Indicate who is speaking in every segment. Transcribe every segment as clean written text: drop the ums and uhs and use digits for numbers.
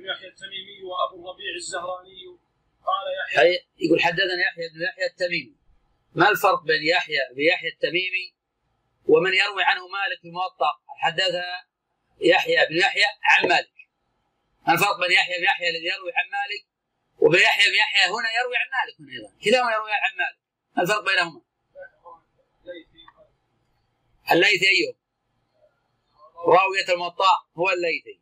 Speaker 1: يحيى التميمي وأبو الربيع الزهراني قال يحيى
Speaker 2: يقول حدثنا يحيى بن يحيى التميمي. ما الفرق بين يحيى التميمي ومن يروي عنه مالك في الموطأ؟ حدثنا يحيى بن يحيى عن مالك. ما الفرق بين يحيى بن يحيى الذي يروي عن مالك وبين يحيى بن يحيى هنا يروي عن مالك هنا أيضا؟ كلاهما يروي عن مالك. ما الفرق بينهما؟ الليثي أيوه راوية الموطأ هو الليثي،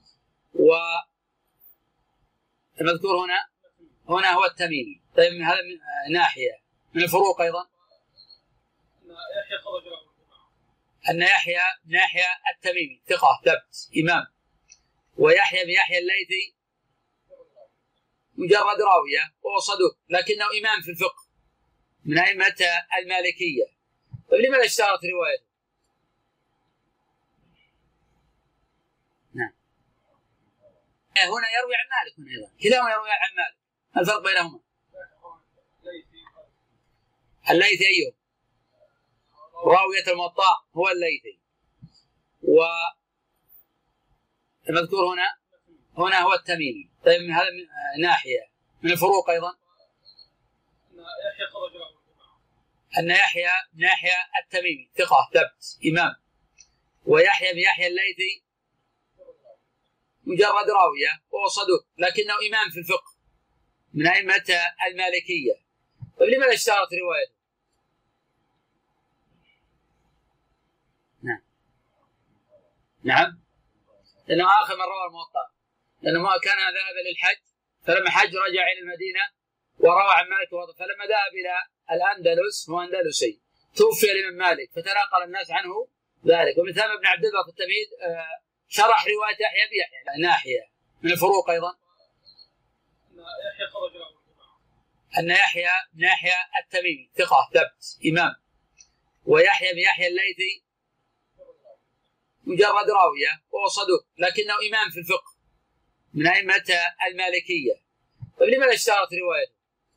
Speaker 2: والمذكور هنا هو التميمي. طيب هذا من ناحية من الفروق أيضا أن يحيى بن يحيى التميمي ثقة ثبت إمام، ويحيى بن يحيى الليثي مجرد راوية وهو صدوق لكنه إمام في الفقه من أئمة المالكية. طيب لماذا اشتهرت روايته؟ نعم هنا يروي عن مالك هنا أيضا، كلاهما يروي عن مالك. ما الفرق بينهما؟ الليثي أيوه راوية الموطأ هو الليثي، والمذكور هنا هو التميمي. طيب هذا من ناحية من الفروق أيضا أن يحيى بن يحيى التميمي ثقة ثبت إمام، ويحيى بن يحيى الليثي مجرد راوية وهو صدوق لكنه إمام في الفقه من أئمة المالكية. طيب لماذا اشتهرت روايته؟ نعم لأنه آخر من روى الموطأ، لأنه ما كان ذهب للحج فلما حج رجع إلى المدينة وروى عن مالك فلما ذهب إلى الأندلس هو أندلسي توفي الإمام مالك فتناقل الناس عنه ذلك. ومن ثم ابن عبد الله في التمهيد شرح رواية يحيى بيحيى. ناحية من الفروق أيضا أن يحيى بن يحيى التميمي ثقة ثبت إمام، ويحيى بن يحيى الليثي مجرد راوية وهو صدوق لكنه إمام في الفقه من أئمة المالكية. طيب لماذا اشتهرت روايته؟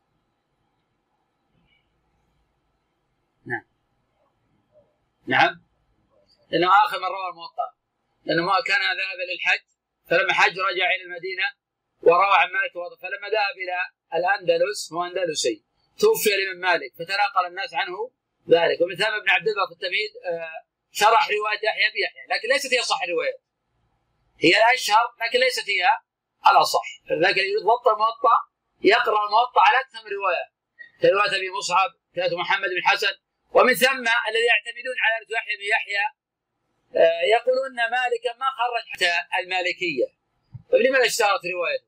Speaker 2: نعم لأنه آخر من روى الموطأ، لأنه ما كان ذهب للحج فلما حج رجع إلى المدينة وروى عن مالك فلما ذهب إلى الأندلس هو أندلسي توفي الإمام مالك فتناقل الناس عنه ذلك. ومن ثم ابن عبد الله في التمهيد شرح رواية يحيى بيحيى لكن ليست هي صح الرواية، هي الأشهر لكن ليست هي الأصح. لكن يضبط الموطأ يقرأ الموطأ على أكثر من رواية كرواية أبي مصعب كرواية محمد بن حسن. ومن ثم الذي يعتمدون على يحيى بن يحيى يقولون مالكا ما خرج حتى المالكية. لماذا اشتهرت روايته؟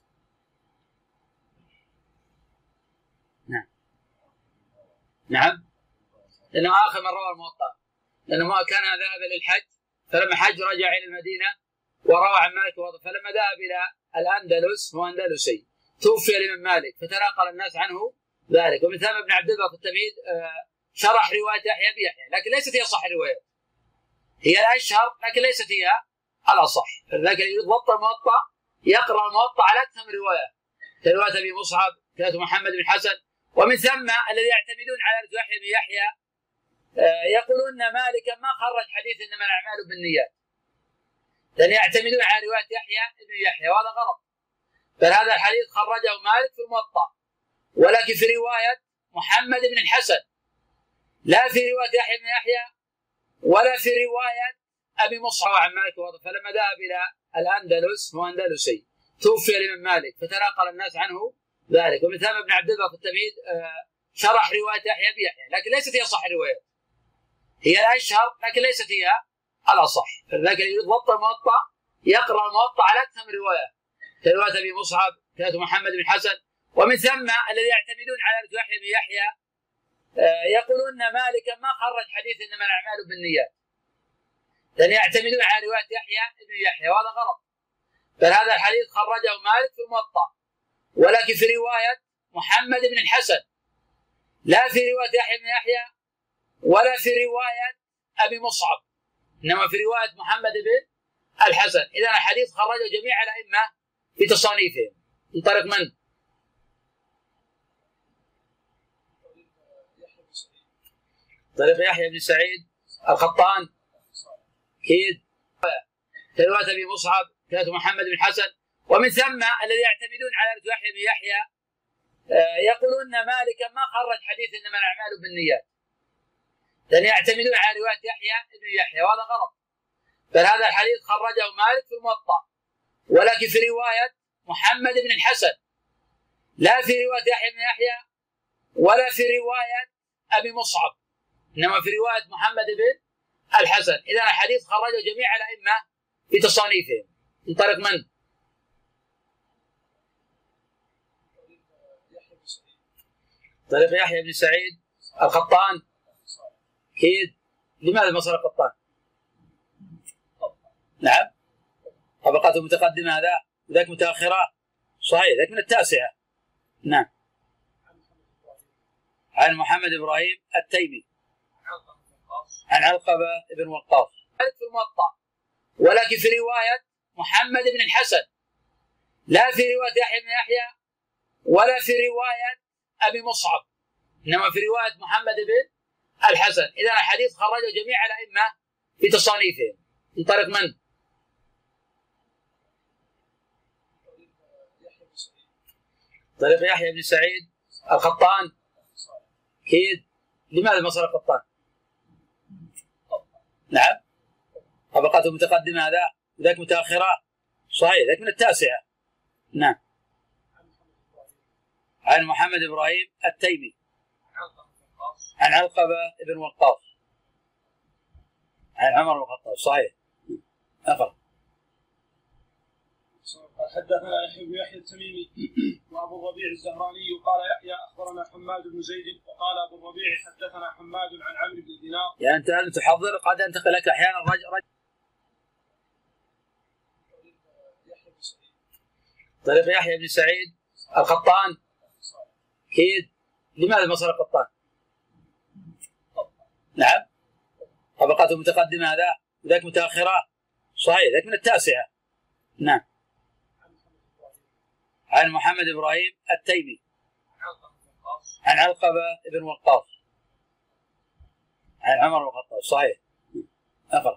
Speaker 2: نعم لأنه آخر من روى الموطأ، لأنه ما كان ذهب للحج فلما حج رجع إلى المدينة وروى عن مالك فلما ذهب إلى الأندلس هو أندلسي توفي الإمام مالك فتناقل الناس عنه ذلك. ومن ثم ابن عبد الله في التمهيد شرح رواية يحيى بيحيى لكن ليست هي صح الرواية، هي الأشهر لكن ليست هي الأصح. لكن يضبط الموطأ يقرأ الموطأ على أكثر من رواية كرواية أبي مصعب كرواية محمد بن حسن. ومن ثم الذي يعتمدون على يحيى بن يحيى يقولون مالكا ما خرج حديث إنما الأعمال بالنيات، لأن يعتمدون على رواية يحيى بن يحيى وهذا غلط. بل هذا الحديث خرجه مالك في الموطأ ولكن في رواية محمد بن الحسن لا في رواية يحيى بن يحيى ولا في رواية أبي مصعب عن مالك فلما ذهب إلى الأندلس هو أندلسي توفي الإمام مالك فتناقل الناس عنه ذلك. ومن ثم ابن عبد الله في التمهيد شرح رواية يحيى بيحيى لكن ليست هي صح الرواية، هي الأشهر لكن ليست هي الأصح. لكن يضبط الموطأ يقرأ الموطأ على أكثر من رواية كرواية أبي مصعب كرواية محمد بن حسن. ومن ثم الذي يعتمدون على يحيى بن يحيى يقولون مالكا ما خرج حديث إنما الأعمال بالنيات، لأن يعتمدون على رواية يحيى بن يحيى وهذا غلط. بل هذا الحديث خرجه مالك في الموطأ ولكن في رواية محمد بن الحسن لا في رواية يحيى بن يحيى ولا في رواية أبي مصعب إنما في رواية محمد بن الحسن. إذن الحديث خرجه جميع الأئمة في تصانيفهم. من طريق من؟ طريق يحيى بن سعيد القطان أكيد كرواية أبي مصعب كرواية محمد بن حسن. ومن ثم الذي يعتمدون على يحيى بن يحيى يقولون مالكا ما خرج حديث انما الاعمال بالنيات، لان يعتمدون على روايه يحيى بن يحيى، وهذا غلط. بل هذا الحديث خرجه مالك في الموطأ، ولكن في روايه محمد بن الحسن، لا في روايه يحيى بن يحيى ولا في روايه ابي مصعب، انما في روايه محمد بن الحسن. اذا الحديث خرجه جميع الائمه في تصانيفهم. من طريق من؟ طريق يحيى بن سعيد القطان. اكيد. لماذا مصر القطان؟ نعم. طبقاته متقدمه هذا، ذاك متاخره. صحيح، ذاك من التاسعه. نعم. عن محمد ابراهيم التيمي عن علقبه بن وقاص في الموطأ، ولكن في روايه محمد بن الحسن، لا في روايه يحيى بن يحيى ولا في روايه ابي مصعب، انما في روايه محمد بن الحسن. اذا الحديث خرجه جميع الائمه في تصانيفهم. من طريق من؟ طريق يحيى بن سعيد القطان. اكيد. لماذا مصر القطان؟ نعم. طبقاته متقدمه هذا، ذاك متاخره. صحيح، ذاك من التاسعه. نعم. عن محمد ابراهيم التيمي عن علقبه بن وقاص عن عمر بن الخطاب. صحيح. اقرا.
Speaker 1: حدثنا يحيى بن يحيى التميمي وابو الربيع الزهراني قال يحيى اخبرنا حماد بن زيد وقال ابو الربيع حدثنا حماد عن عمرو بن دينار.
Speaker 2: يعني انت لم تحضر، قد انتقل لك احيانا رجل. طريق يحيى بن سعيد القطان. اكيد. لماذا مصر القطان؟ نعم. طبقاته متقدمه هذا، ذاك متاخره. صحيح، ذاك من التاسعه. نعم. عن محمد ابراهيم التيمي عن علقبه بن وقاص عن عمر بن الخطاب. صحيح. اقرا.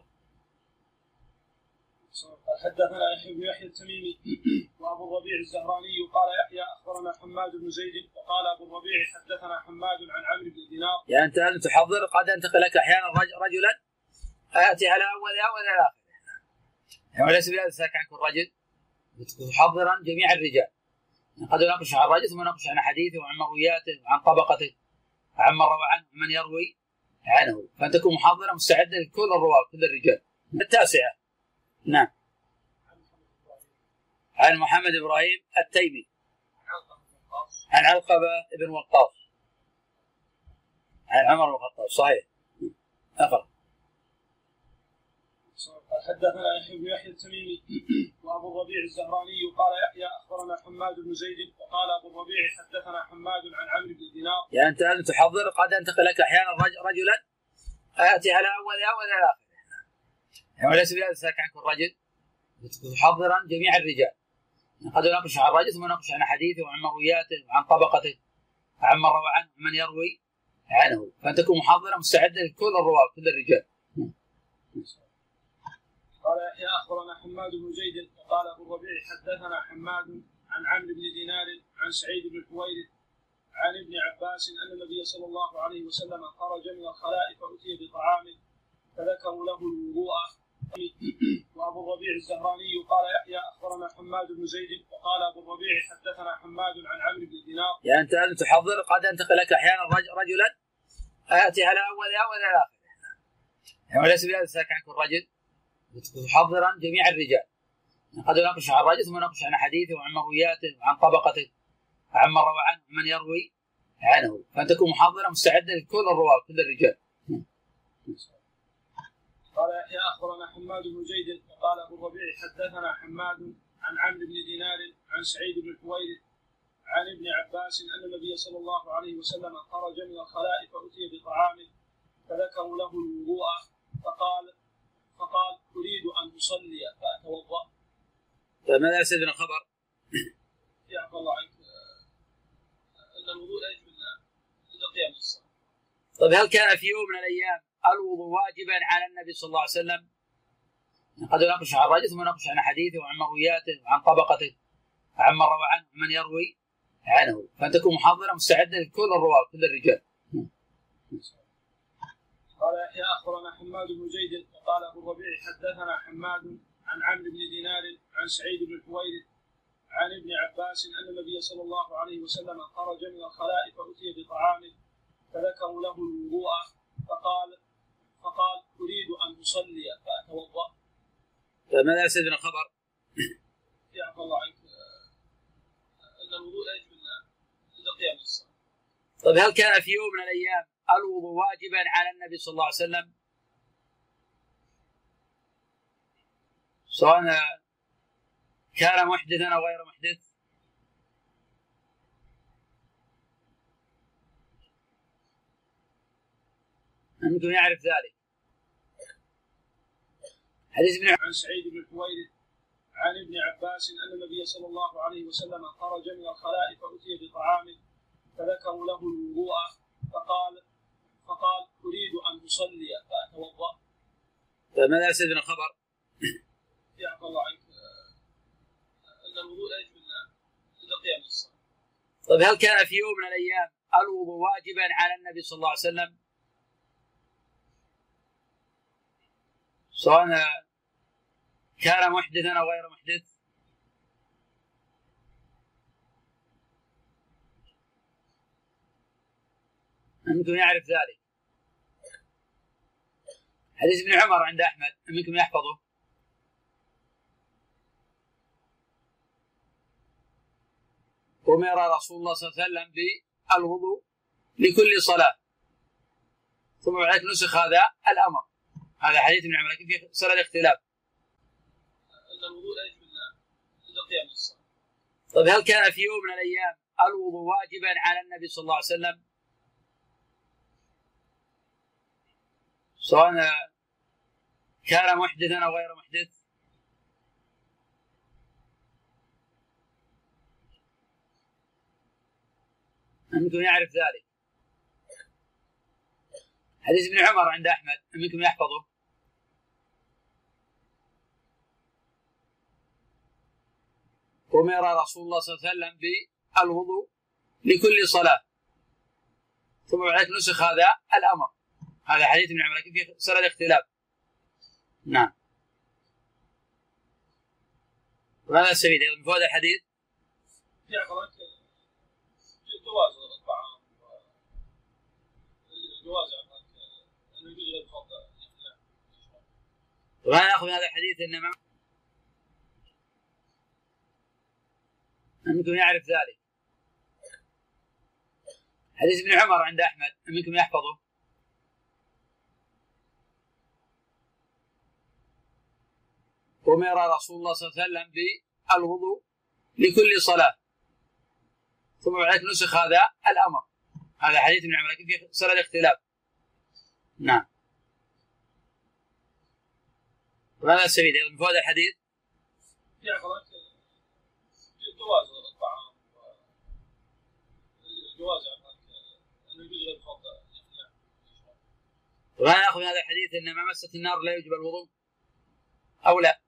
Speaker 1: حدثنا يحيى بن يحيى التميمي وابو الربيع الزهراني قال يحيى اخبرنا حماد بن زيد وقال ابو الربيع حدثنا حماد عن عمرو بن دينار.
Speaker 2: يعني انت لم تحضر، قد انتقل لك احيانا رجلا اتي على اولها ولا اخرها، يعني ليس بهذا ساك عنك الرجل، محضرا جميع الرجال. قد يناقش عن الرجل ثم يناقش عن حديثه وعن مروياته وعن طبقته وعن من روى عنه ومن يروي عنه، فان تكون محضرا مستعدا لكل الرواه كل الرجال. التاسعه. نعم. عن محمد ابراهيم التيمي عن علقبه بن وقاص عن عمر بن الخطاب. صحيح. اقرا.
Speaker 1: حدثنا يحيى بن يحيى التميمي وابو الربيع الزهراني قال يحيى اخبرنا حماد بن زيد وقال ابو الربيع حدثنا حماد عن عمرو بن دينار. يعني انت لم تحضر، قد انتقل لك احيانا رجلا اتي على اولها ولا اخرها، يعني ليس بهذا ساك عنك الرجل، محضرا جميع الرجال. قد يناقش عن الرجل ثم يناقش عن حديثه وعن مروياته وعن طبقته وعن من روى عنه ومن يروي عنه، فان تكون محضرا مستعدا لكل الرواه كل الرجال. قال يحيى اخبرنا حماد بن زيد وقال ابو الربيع حدثنا حماد عن عمرو بن دينار عن سعيد بن الحويرث عن ابن عباس ان النبي صلى الله عليه وسلم خرج من الخلاء فاتي بطعام فذكروا له الوضوء. وابو الربيع الزهراني قال يحيى اخبرنا حماد بن زيد وقال ابو الربيع حدثنا حماد عن عمرو بن دينار. يعني انت لم تحضر، قد انتقل لك احيانا رجلا اتي على اولها ولا اخرها، يعني ليس بهذا ساك عنك الرجل، محضرا جميع الرجال. قد يناقش عن الرجل ثم يناقش عن حديثه وعن مروياته وعن طبقته وعن من روى عنه ومن يروي عنه، فان تكون محضرا مستعدا لكل الرواه كل الرجال. قال يحيى اخبرنا حماد بن زيد وقال ابو الربيع حدثنا حماد عن عمرو بن دينار عن سعيد بن الحويرث عن ابن عباس ان النبي صلى الله عليه وسلم خرج من الخلاء فاتي بطعام فذكروا له الوضوء فقال اريد ان اصلي فاتوضا.
Speaker 2: فماذا يستفيد من الخبر؟
Speaker 1: يعفى الله عنك ان الوضوء لا يجب الا قيام الصلاه.
Speaker 2: طيب هل كان في يوم من الايام الوضوء واجبا على النبي صلى الله عليه وسلم؟ قد يناقش عن الرجل ثم يناقش عن حديثه وعن مروياته وعن طبقته وعن من روى عنه ومن يروي عنه، فأن تكون محضرة مستعدة لكل الرواة كل الرجال.
Speaker 1: قال يحيى أخبرنا حماد بن زيد وقال أبو الربيع حدثنا حماد عن عمرو بن دينار عن سعيد بن الحويرث عن ابن عباس أن النبي صلى الله عليه وسلم خرج من الخلاء فأتي بطعام فذكروا له الوضوء فقال أريد أن أصلي فأتوضأ.
Speaker 2: فماذا يا سيدنا الخبر؟
Speaker 1: يعفى الله عنك أن الوضوء لا يجب إلا قيام الصلاة.
Speaker 2: طيب هل كان في يوم من الأيام الوضوء واجبا على النبي صلى الله عليه وسلم سواء كان محدثا أو غير محدث؟ منكم يعرف ذلك؟ حديث ابن
Speaker 1: عن سعيد بن الحويرث عن ابن عباس أن النبي صلى الله عليه وسلم خرج من الخلاء فأتي بطعام فذكروا له الوضوء فقال أريد أن أصلي فأتوضأ.
Speaker 2: فماذا يا سيدنا الخبر؟
Speaker 1: يعفى الله عنك أن الوضوء لا يجب إلا قيام الصلاة.
Speaker 2: طيب هل كان في يوم من الأيام الوضوء واجبا على النبي صلى الله عليه وسلم سواء كان محدثا أو غير محدث؟ منكم يعرف ذلك؟ حديث ابن عمر عند أحمد منكم يحفظه؟ أمر رسول الله صلى الله عليه وسلم بالوضوء لكل صلاة ثم بعد نسخ هذا الأمر. هذا حديث ابن عمر لكن في سنة الاختلاف.
Speaker 1: الوضوء لا يجب إلا قيام الصلاة.
Speaker 2: طيب هل كان في يوم من الأيام الوضوء واجبا على النبي صلى الله عليه وسلم سواء كان محدثا أو غير محدث؟ منكم يعرف ذلك؟ حديث ابن عمر عند أحمد منكم يحفظه؟ أمر رسول الله صلى الله عليه وسلم بالوضوء لكل صلاة ثم بعد نسخ هذا الأمر. هذا حديث ابن عمر لكن في سنة الاختلاف. نعم. وهذا السبيل من فوائد الحديث
Speaker 1: جواز الطعام جواز أنه يجوز غير الفضل.
Speaker 2: وهذا نأخذ هذا الحديث إنما منكم يعرف ذلك. حديث ابن عمر عند أحمد منكم يحفظه. أمر رسول الله صلى الله عليه وسلم بالوضوء لكل صلاة ثم بعد نسخ هذا الأمر. هذا حديث ابن عمر لكن في سنة الاختلاف. نعم. وهذا السبيل من فوائد الحديث
Speaker 1: جواز الطعام جواز أنه يجوز غير الفضل.
Speaker 2: وهذا نأخذ هذا الحديث إن ما مست النار لا يجب الوضوء أو لا؟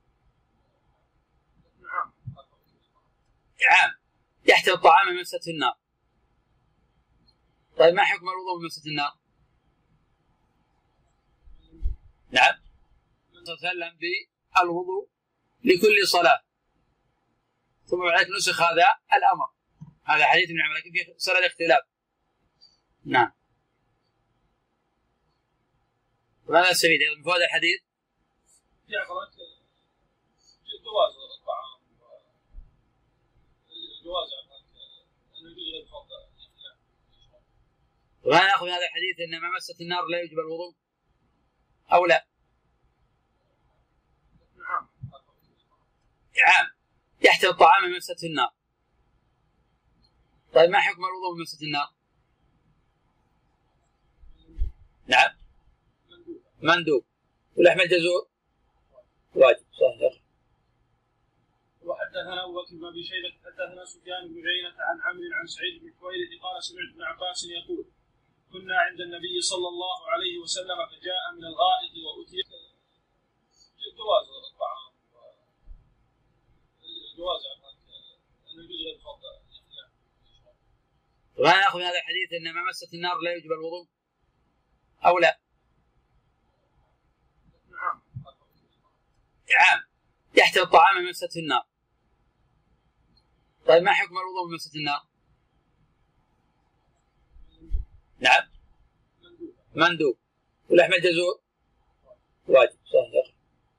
Speaker 2: نعم يحتل الطعام من مسته النار. طيب ما حكم الوضوء من مسته النار؟ نعم. صلى الله عليه وسلم بالوضوء لكل صلاة ثم بعد نسخ هذا الأمر. هذا حديث ابن عمر لكن في سنة الاختلاف. نعم. وهذا السبيل من فوائد الحديث
Speaker 1: جواز الطعام جواز أنه يجوز غير الفضل.
Speaker 2: وهذا نأخذ هذا الحديث إن ما مست النار لا يجب الوضوء أو لا؟ نعم يحتل الطعام من مسته النار. طيب ما حكم الوضوء من مسته النار؟ نعم مندوب. ولحم الجزور واجب. صحيح.
Speaker 1: وحدثنا أبو بكر بن أبي شيبة حدثنا سفيان بن عيينة عن عمرو عن سعيد بن الحويرث قال سمعت ابن عباس يقول كنا عند النبي صلى الله عليه وسلم فجاء من الغائط وأتي جواز الطعام جواز انه يجوز غير الفضل.
Speaker 2: ولا ناخذ من هذا الحديث ان ما مست النار لا يجب الوضوء او لا؟ نعم يحتل الطعام من مسته النار. طيب ما حكم الوضوء من مسته النار؟ نعم مندوب. ولحم الجزور واجب. صحيح.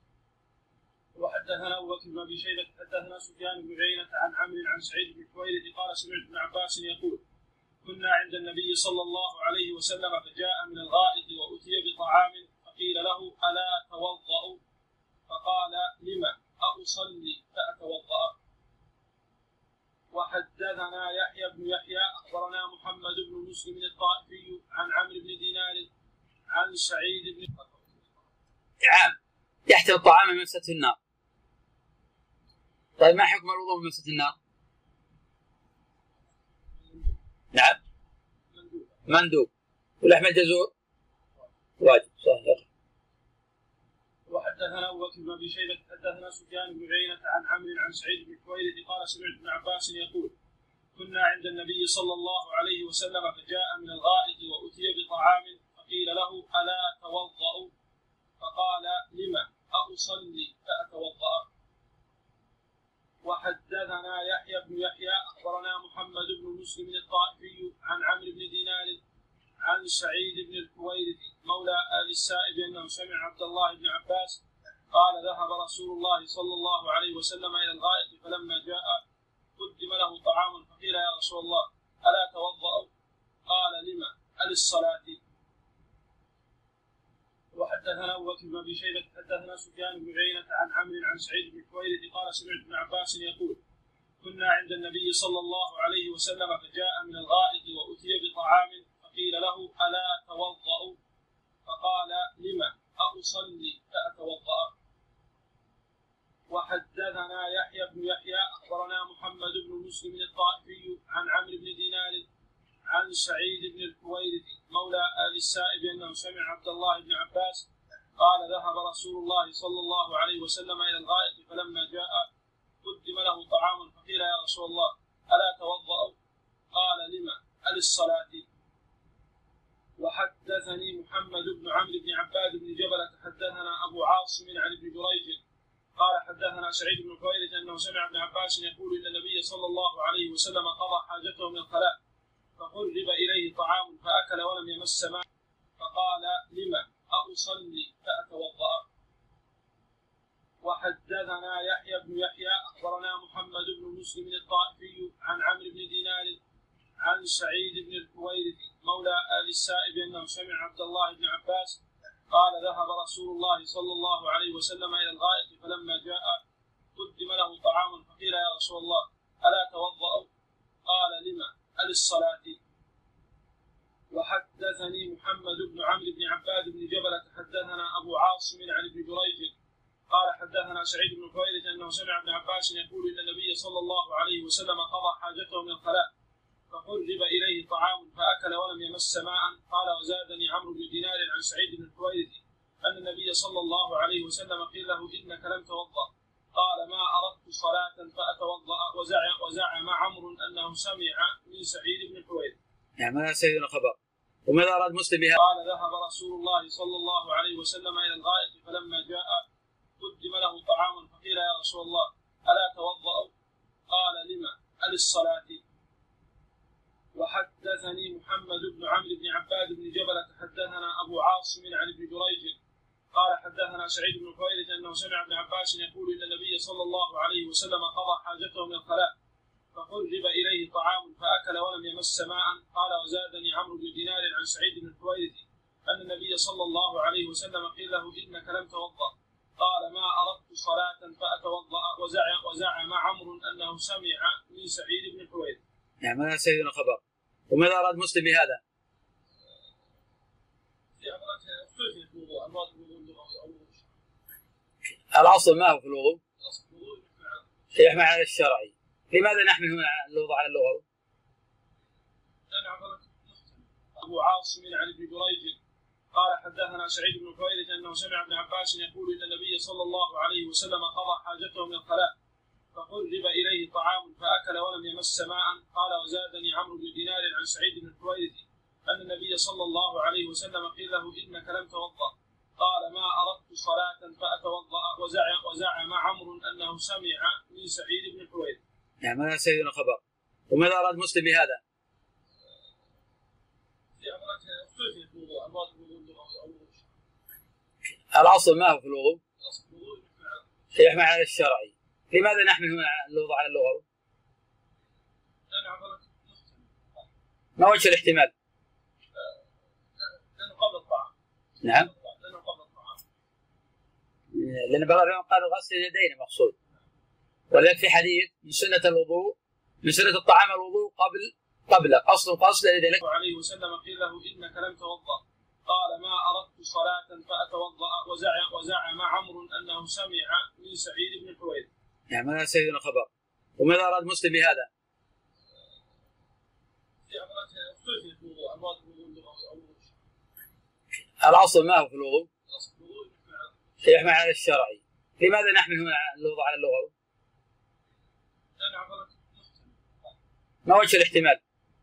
Speaker 1: وحدثنا ابو بكر بن ابي شيبه حدثنا سفيان بن عيينة عن عمرو عن سعيد بن الحويرث قال سمعت ابن عباس يقول كنا عند النبي صلى الله عليه وسلم فجاء من الغائط واتي بطعام فقيل له الا توضأ فقال لما أصلي فأتوضأ. وحدثنا يحيى بن يحيى أخبرنا محمد بن مسلم الطائفي عن عمرو بن دينار عن سعيد بن
Speaker 2: نعم يحتل الطعام من مسته النار. طيب ما حكم الوضوء من مسته النار؟ نعم مندوب. ولحم الجزور واجب. صحيح.
Speaker 1: وحدثنا ابو بكر بن ابي شيبه حدثنا سفيان بن عيينة عن عمرو عن سعيد بن الحويرث قال سمعت ابن عباس يقول كنا عند النبي صلى الله عليه وسلم فجاء من الغائط واتي بطعام فقيل له الا توضأ فقال لما أصلي فأتوضأ. وحدثنا يحيى بن يحيى أخبرنا محمد بن مسلم الطائفي عن عمرو بن دينار عن سعيد بن الحويرث مولى آل السائب أنه سمع عبد الله بن عباس قال ذهب رسول الله صلى الله عليه وسلم إلى الغائط فلما جاء قدم له طعام فقيل يا رسول الله ألا توضأ قال لما أللصلاة. وحدثنا ابو بكر بن ابي شيبه حدثنا سفيان بن عيينة عن عمرو عن سعيد بن الحويرث قال سمعت ابن عباس يقول كنا عند النبي صلى الله عليه وسلم فجاء من الغائط واتي بطعام فقيل له الا توضأ فقال لما أصلي فأتوضأ. وحدثنا يحيى بن يحيى أخبرنا محمد بن مسلم الطائفي عن عمرو بن دينار عن سعيد بن الحويرث مولى آل السائب أنه سمع عبد الله بن عباس قال ذهب رسول الله صلى الله عليه وسلم إلى الغائط فلما جاء قدم له طعام فقيل يا رسول الله ألا توضأ قال لما أللصلاة. وحدثني محمد بن عمرو بن عباد بن جبلة حدثنا أبو عاصم عن ابن جريج قال حدثنا سعيد بن الحويرث أنه سمع ابن عباس يقول إن النبي صلى الله عليه وسلم قضى حاجته من الخلاء فقرب إليه طعام فأكل ولم يمس ماء فقال لما أصلي فأتوضأ. وحدثنا يحيى بن يحيى أخبرنا محمد بن مسلم الطائفي عن عمرو بن دينار عن سعيد بن الحويرث مولى آل السائب أنه سمع عبد الله بن عباس قال ذهب رسول الله صلى الله عليه وسلم إلى الغائط فلما جاء قدم له طعام فقيل يا رسول الله ألا توضأ قال لما أللصلاة. وحدثني محمد بن عمرو بن عباد بن جبلة حدثنا أبو عاصم عن ابن جريج قال حدثنا سعيد بن الحويرث أنه سمع ابن عباس يقول إن النبي صلى الله عليه وسلم قضى حاجته من الخلاء فقرب إليه طعام فأكل ولم يمس ماء قال وزادني عمرو بن دينار عن سعيد بن الحويرث أن النبي صلى الله عليه وسلم قيل له إنك لم توضأ قال ما أردت صلاة فأتوضأ وزعم عمرو أنه سمع من سعيد بن الحويرث.
Speaker 2: نعم هذا سيدنا خبر. وماذا أراد مسلم بها؟
Speaker 1: قال ذهب رسول الله صلى الله عليه وسلم إلى الغائط فلما جاء قدم له طعام فقيل يا رسول الله ألا توضأ قال لما أللصلاة. وحدثني محمد بن عمرو بن عباد بن جبلة حدثنا أبو عاصم عن ابن جريج قال حدثنا سعيد بن الحويرث أنه سمع ابن عباس يقول إن النبي صلى الله عليه وسلم قضى حاجته من الخلاء فقرب إليه طعام فأكل ولم يمس ماء قال وزادني عمرو بن دينار عن سعيد بن الحويرث أن النبي صلى الله عليه وسلم قيل له إنك لم توضأ قال ما أردت صلاة فأتوضأ وزعم عمرو أنه سمع من سعيد بن الحويرث.
Speaker 2: نعم هذا سيدنا خبر. وماذا أراد مسلم بهذا؟ الأصل ما هو في الوضوء؟ يحمل على الشرعي. لماذا نحمل هنا الوضوء على اللغوي؟
Speaker 1: أبو عاصم عن ابن جريج قال حدثنا سعيد بن حويرث انه سمع ابن عباس يقول ان النبي صلى الله عليه وسلم قضى حاجته من الخلاء فقرب اليه طعام فاكل ولم يمس ماء. قال وزادني عمرو بن دينار عن سعيد بن حويرث ان النبي صلى الله عليه وسلم قيل له انك لم توضا قال ما اردت صلاه فاتوضا. وزعم عمرو انه سمع من سعيد بن حويرث.
Speaker 2: نعم هذا سيدنا خبر. وماذا اراد مسلم بهذا؟ الاصل ما هو في الوضوء؟ يحمل على الشرعي. لماذا نحمل هنا الوضوء على اللغوي؟ ما وجه الاحتمال؟
Speaker 1: لأنه قبل الطعام.
Speaker 2: نعم.
Speaker 1: لأنه قبل الطعام.
Speaker 2: لأن بعض العلماء قالوا غسل اليدين مقصود. ولذلك في حديث من سنة الوضوء من سنة الطعام الوضوء قبل أصل غسل اليدين.
Speaker 1: عليه وسلم قيل له إنك لم توضأ قال ما أردت صلاة فأتوضأ. وزعم عمرو أنه سمع من سعيد بن حويرث.
Speaker 2: نعم هذا سيدنا خبر. وماذا أراد مسلم بهذا؟ الأصل ما هو في الوضوء؟ يحمل على الشرعي. لماذا نحمل هنا الوضوء على اللغوي؟ ما وجه الاحتمال؟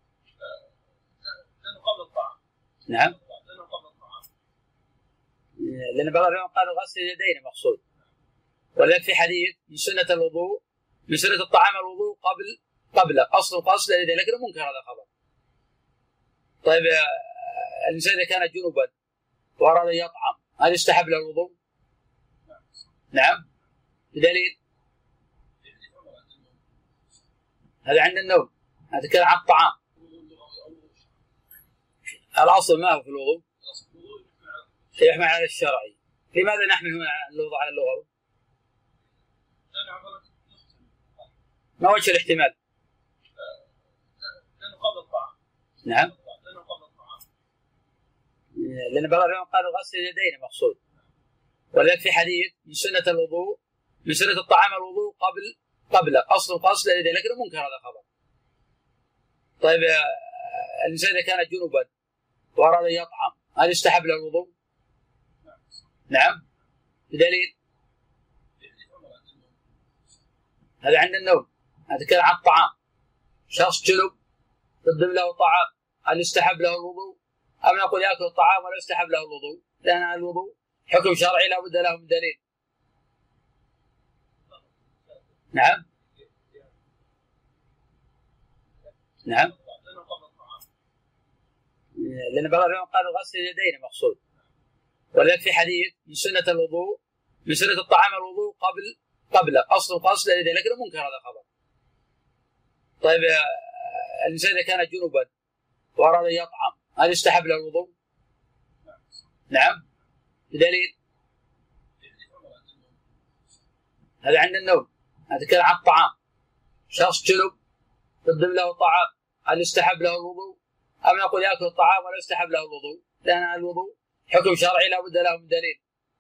Speaker 1: لأنه قبل الطعام.
Speaker 2: نعم.
Speaker 1: لأنه قبل الطعام.
Speaker 2: لأن بعض العلماء قالوا غسل اليدين مقصود. ولذلك في حديث من سنة الوضوء من سنة الطعام الوضوء قبل أصل غسل اليدين، لكنه منكر هذا الخبر. طيب الإنسان إذا كان جنبا وأراد أن يطعم هل يستحب له الوضوء؟ نعم. بدليل هذا عند النوم، هذا كان عن الطعام. الأصل ما هو في الوضوء؟ يحمل على الشرعي. لماذا نحمل هنا الوضوء على اللغوي؟ ما وجه الاحتمال؟
Speaker 1: لأنه قبل الطعام.
Speaker 2: نعم.
Speaker 1: لأنه قبل الطعام.
Speaker 2: لأن بعض العلماء قالوا غسل اليدين مقصود. ولذلك في حديث من سنة الوضوء من سنة الطعام الوضوء قبل أصل غسل اليدين، لكنه منكر هذا الخبر. طيب الإنسان إذا كان جنبا وأراد أن يطعم هل يستحب له الوضوء؟ نعم. بدليل هذا عند النوم، هذا كان عن الطعام. شخص جنب قدم له طعام هل يستحب له الوضوء؟ أم نقول يأكل الطعام ولا يستحب له الوضوء؟ لأن الوضوء حكم شرعي لا بد له من دليل. نعم. نعم. لأن بعض العلماء قالوا غسل اليدين مقصود. ولذلك في حديث من سنة الوضوء من سنة الطعام الوضوء قبل أصل غسل اليدين، لكنه منكر هذا الخبر. طيب الإنسان إذا كان جنبا وأراد أن يطعم هل يستحب له الوضوء؟ نعم. بدليل هذا عند النوم، هذا كان عن الطعام. شخص جنب قدم له طعام هل يستحب له الوضوء؟ أم نقول يأكل الطعام ولا يستحب له الوضوء؟ لأن الوضوء حكم شرعي لا بد له من دليل.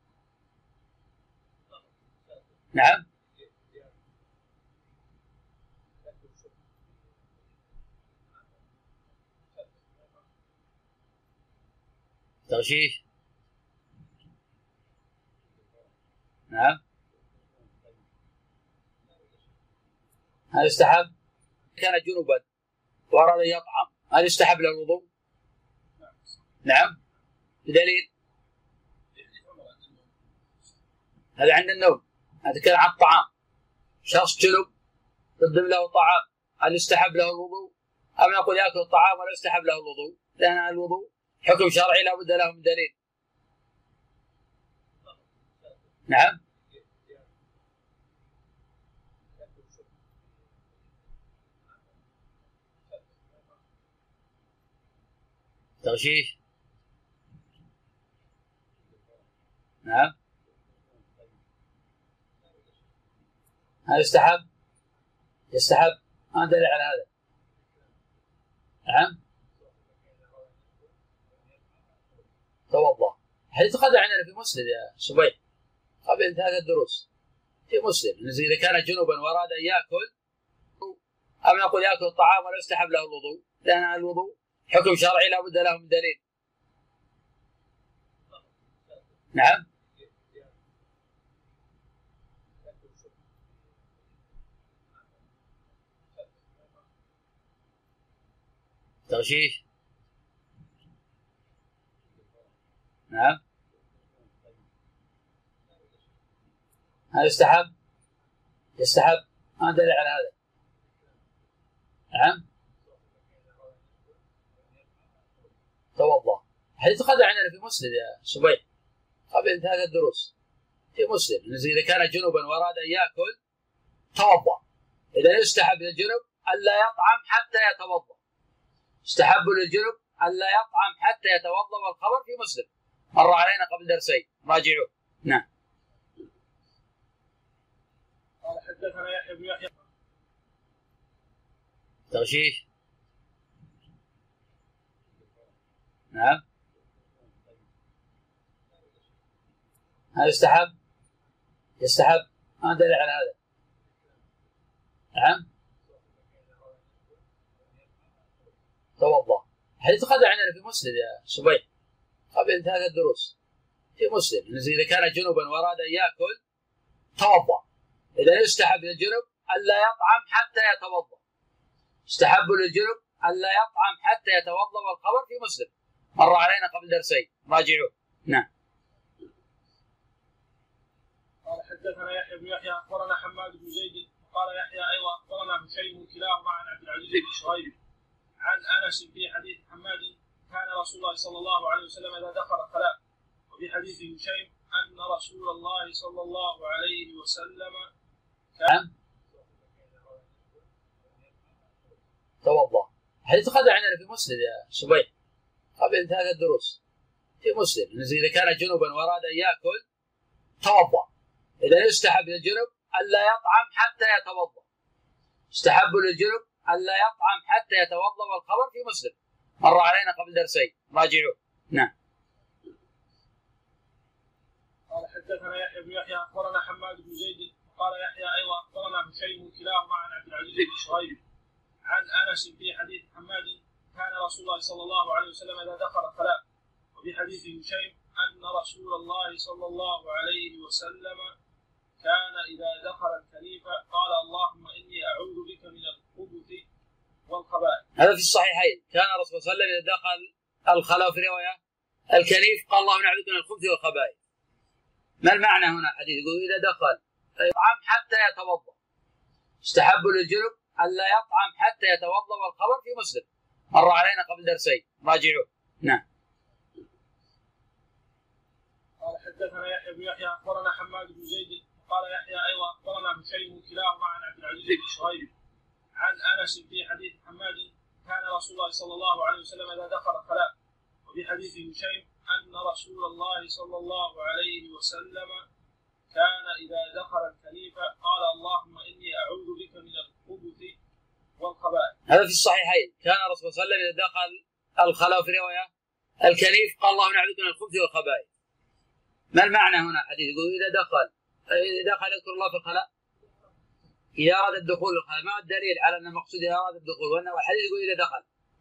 Speaker 2: نعم. تغشيش. نعم. هل يستحب؟ كان جنبا وأراد أن يطعم هل يستحب له الوضوء؟ نعم. بدليل هذا عند النوم، هذا كان عن الطعام. شخص جنب قدم له طعام هل يستحب له الوضوء؟ أم نقول يأكل الطعام ولا يستحب له الوضوء؟ لأن الوضوء حكم شرعي لا بد له من دليل. نعم. تغشيش. نعم. هل يستحب؟ يستحب. ما دليل على هذا. نعم. توضأ. حديث قد عندنا في مسلم يا صبيح قبل هذا الدروس في مسلم إذا كان جنوبا وأراد أن يأكل أم نقول يأكل الطعام ولا يستحب له الوضوء؟ لأن الوضوء حكم شرعي لا بد له من دليل. نعم. تغشيش. نعم. هل يستحب؟ يستحب، ما دليل على هذا. نعم. توضأ. حديث قد عندنا في مسلم يا سبيع قبل انتهاء الدروس في مسلم، إذا كان جنبا وأراد أن يأكل توضأ. إذا يستحب للجنب ألا يطعم حتى يتوضأ. يستحب للجنب ألا يطعم حتى يتوضأ، والخبر في مسلم مر علينا قبل درسين، راجعوه. نعم.
Speaker 1: قال حدثنا يحيى بن يحيى.
Speaker 2: تغشيش. نعم. هل يستحب؟ يستحب، ما دليل على هذا. نعم. توضأ. حديث قد عندنا في مسلم يا سبيع قبل انتهاء الدروس في مسلم، إذا كان جنبا وأراد أن يأكل توضأ. إذا يستحب للجنب ألا يطعم حتى يتوضأ. يستحب للجنب ألا يطعم حتى يتوضأ، والخبر في مسلم مر علينا قبل درسين، راجعوه. نعم.
Speaker 1: قال حدثنا يحيى بن يحيى اخبرنا حماد بن زيد قال يحيى ايضا اخبرنا هشيم كلاهما عن عبد العزيز بن شهيب عن انس في حديث حماد كان رسول الله صلى الله عليه وسلم اذا دخل الخلاء، وفي حديث هشيم ان رسول الله صلى الله عليه وسلم كان
Speaker 2: توضأ. حديث قد عندنا في مسلم يا سبيع قبل انتهاء الدروس في مسلم، إذا كان جنبا وأراد أن يأكل توضأ. إذا يستحب للجنب ألا يطعم حتى يتوضأ. يستحب للجنب ألا يطعم حتى يتوضأ، والخبر في مسلم مر علينا قبل درسين، راجعوه. نعم.
Speaker 1: قال حدثنا يحيى بن يحيى اخبرنا حماد بن زيد قال يحيى ايضا اخبرنا هشيم كلاهما عن عبد العزيز بن شهيب عن انس في حديث حماد كان رسول الله صلى الله عليه وسلم اذا دخل الخلاء، وفي حديث هشيم ان رسول الله صلى الله عليه وسلم كان اذا دخل الكنيفه قال اللهم اني اعوذ بك من الخبث والخبائث.
Speaker 2: هذا في الصحيحين، كان الرسول صلى الله عليه وسلم اذا دخل الخلاء في روايه الكنيف قال اللهم اعوذ بك من الخبث والخبائث. ما المعنى هنا؟ حديث يقول اذا دخل يطعم حتى يتوضا. يستحب للجنب الا يطعم حتى يتوضا، والخبر في مسلم مر علينا قبل درسين، راجعوه. نعم.
Speaker 1: قال حدثنا يحيى بن يحيى اخبرنا حماد بن زيد قال يحيى ايضا اخبرنا هشيم كلاهما عن عبد العزيز بن شهيب عن انس في حديث حماد كان رسول الله صلى الله عليه وسلم اذا دخل الخلاء، وفي حديث هشيم ان رسول الله صلى الله عليه وسلم كان اذا دخل الكنيفه قال اللهم اني اعوذ بك من الخبث والخبائث.
Speaker 2: هذا في الصحيحين، كان الرسول صلى الله عليه وسلم اذا دخل الخلاء في روايه الكنيف قال اللهم اعوذ بك من الخبث والخبائث. ما المعنى هنا؟ حديث يقول اذا دخل يذكر الله في الخلاء اذا اراد الدخول الخلاء. ما الدليل على ان المقصود اذا اراد الدخول؟ وانه الحديث يقول اذا دخل.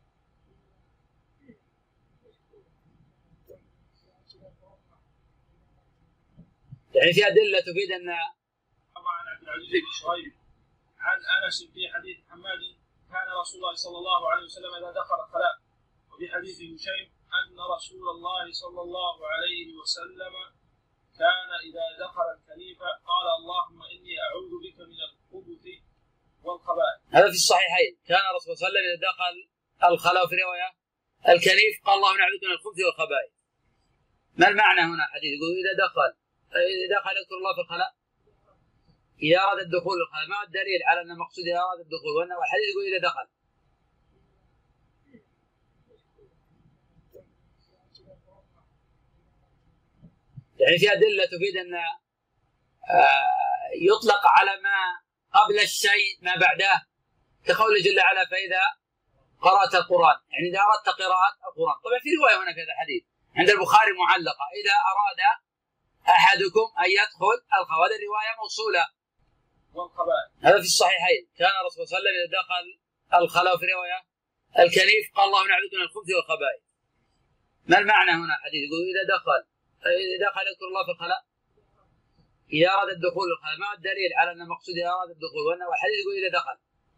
Speaker 2: يعني في ادله تفيد ان
Speaker 1: عن عبد العزيز بن شهيب عن انس في حديث حماد كان رسول الله صلى الله عليه وسلم اذا دخل الخلاء، وفي حديث هشيم ان رسول الله صلى الله عليه وسلم كان اذا دخل الكنيفه قال اللهم اني اعوذ بك من الخبث والخبائث.
Speaker 2: هذا في الصحيحين، كان الرسول صلى الله عليه وسلم اذا دخل الخلاء في روايه الكنيف قال اللهم اعوذ بك من الخبث والخبائث. ما المعنى هنا؟ حديث يقول اذا دخل يذكر الله في الخلاء اذا اراد الدخول الخلاء. ما الدليل على ان المقصود اذا اراد الدخول؟ وانه الحديث يقول اذا دخل. يعني في ادله تفيد ان يطلق على ما قبل الشيء ما بعده، كقوله جل وعلا فاذا قرات القران، يعني اذا اردت قراءه القران. طبعا في روايه هنا في هذا الحديث عند البخاري معلقه اذا اراد احدكم ان يدخل الخلاء، هذه الروايه موصوله. هذا في الصحيحين، كان الرسول صلى الله عليه وسلم اذا دخل الخلاء في روايه الكنيف قال اللهم اعوذ بك من الخبث والخبائث. ما المعنى هنا؟ حديث يقول اذا دخل إذا دخل يذكر الله في الخلاء، إذا أراد الدخول الخلاء. ما الدليل على أن المقصود إذا أراد الدخول؟ وأنه الحديث يقول إذا دخل.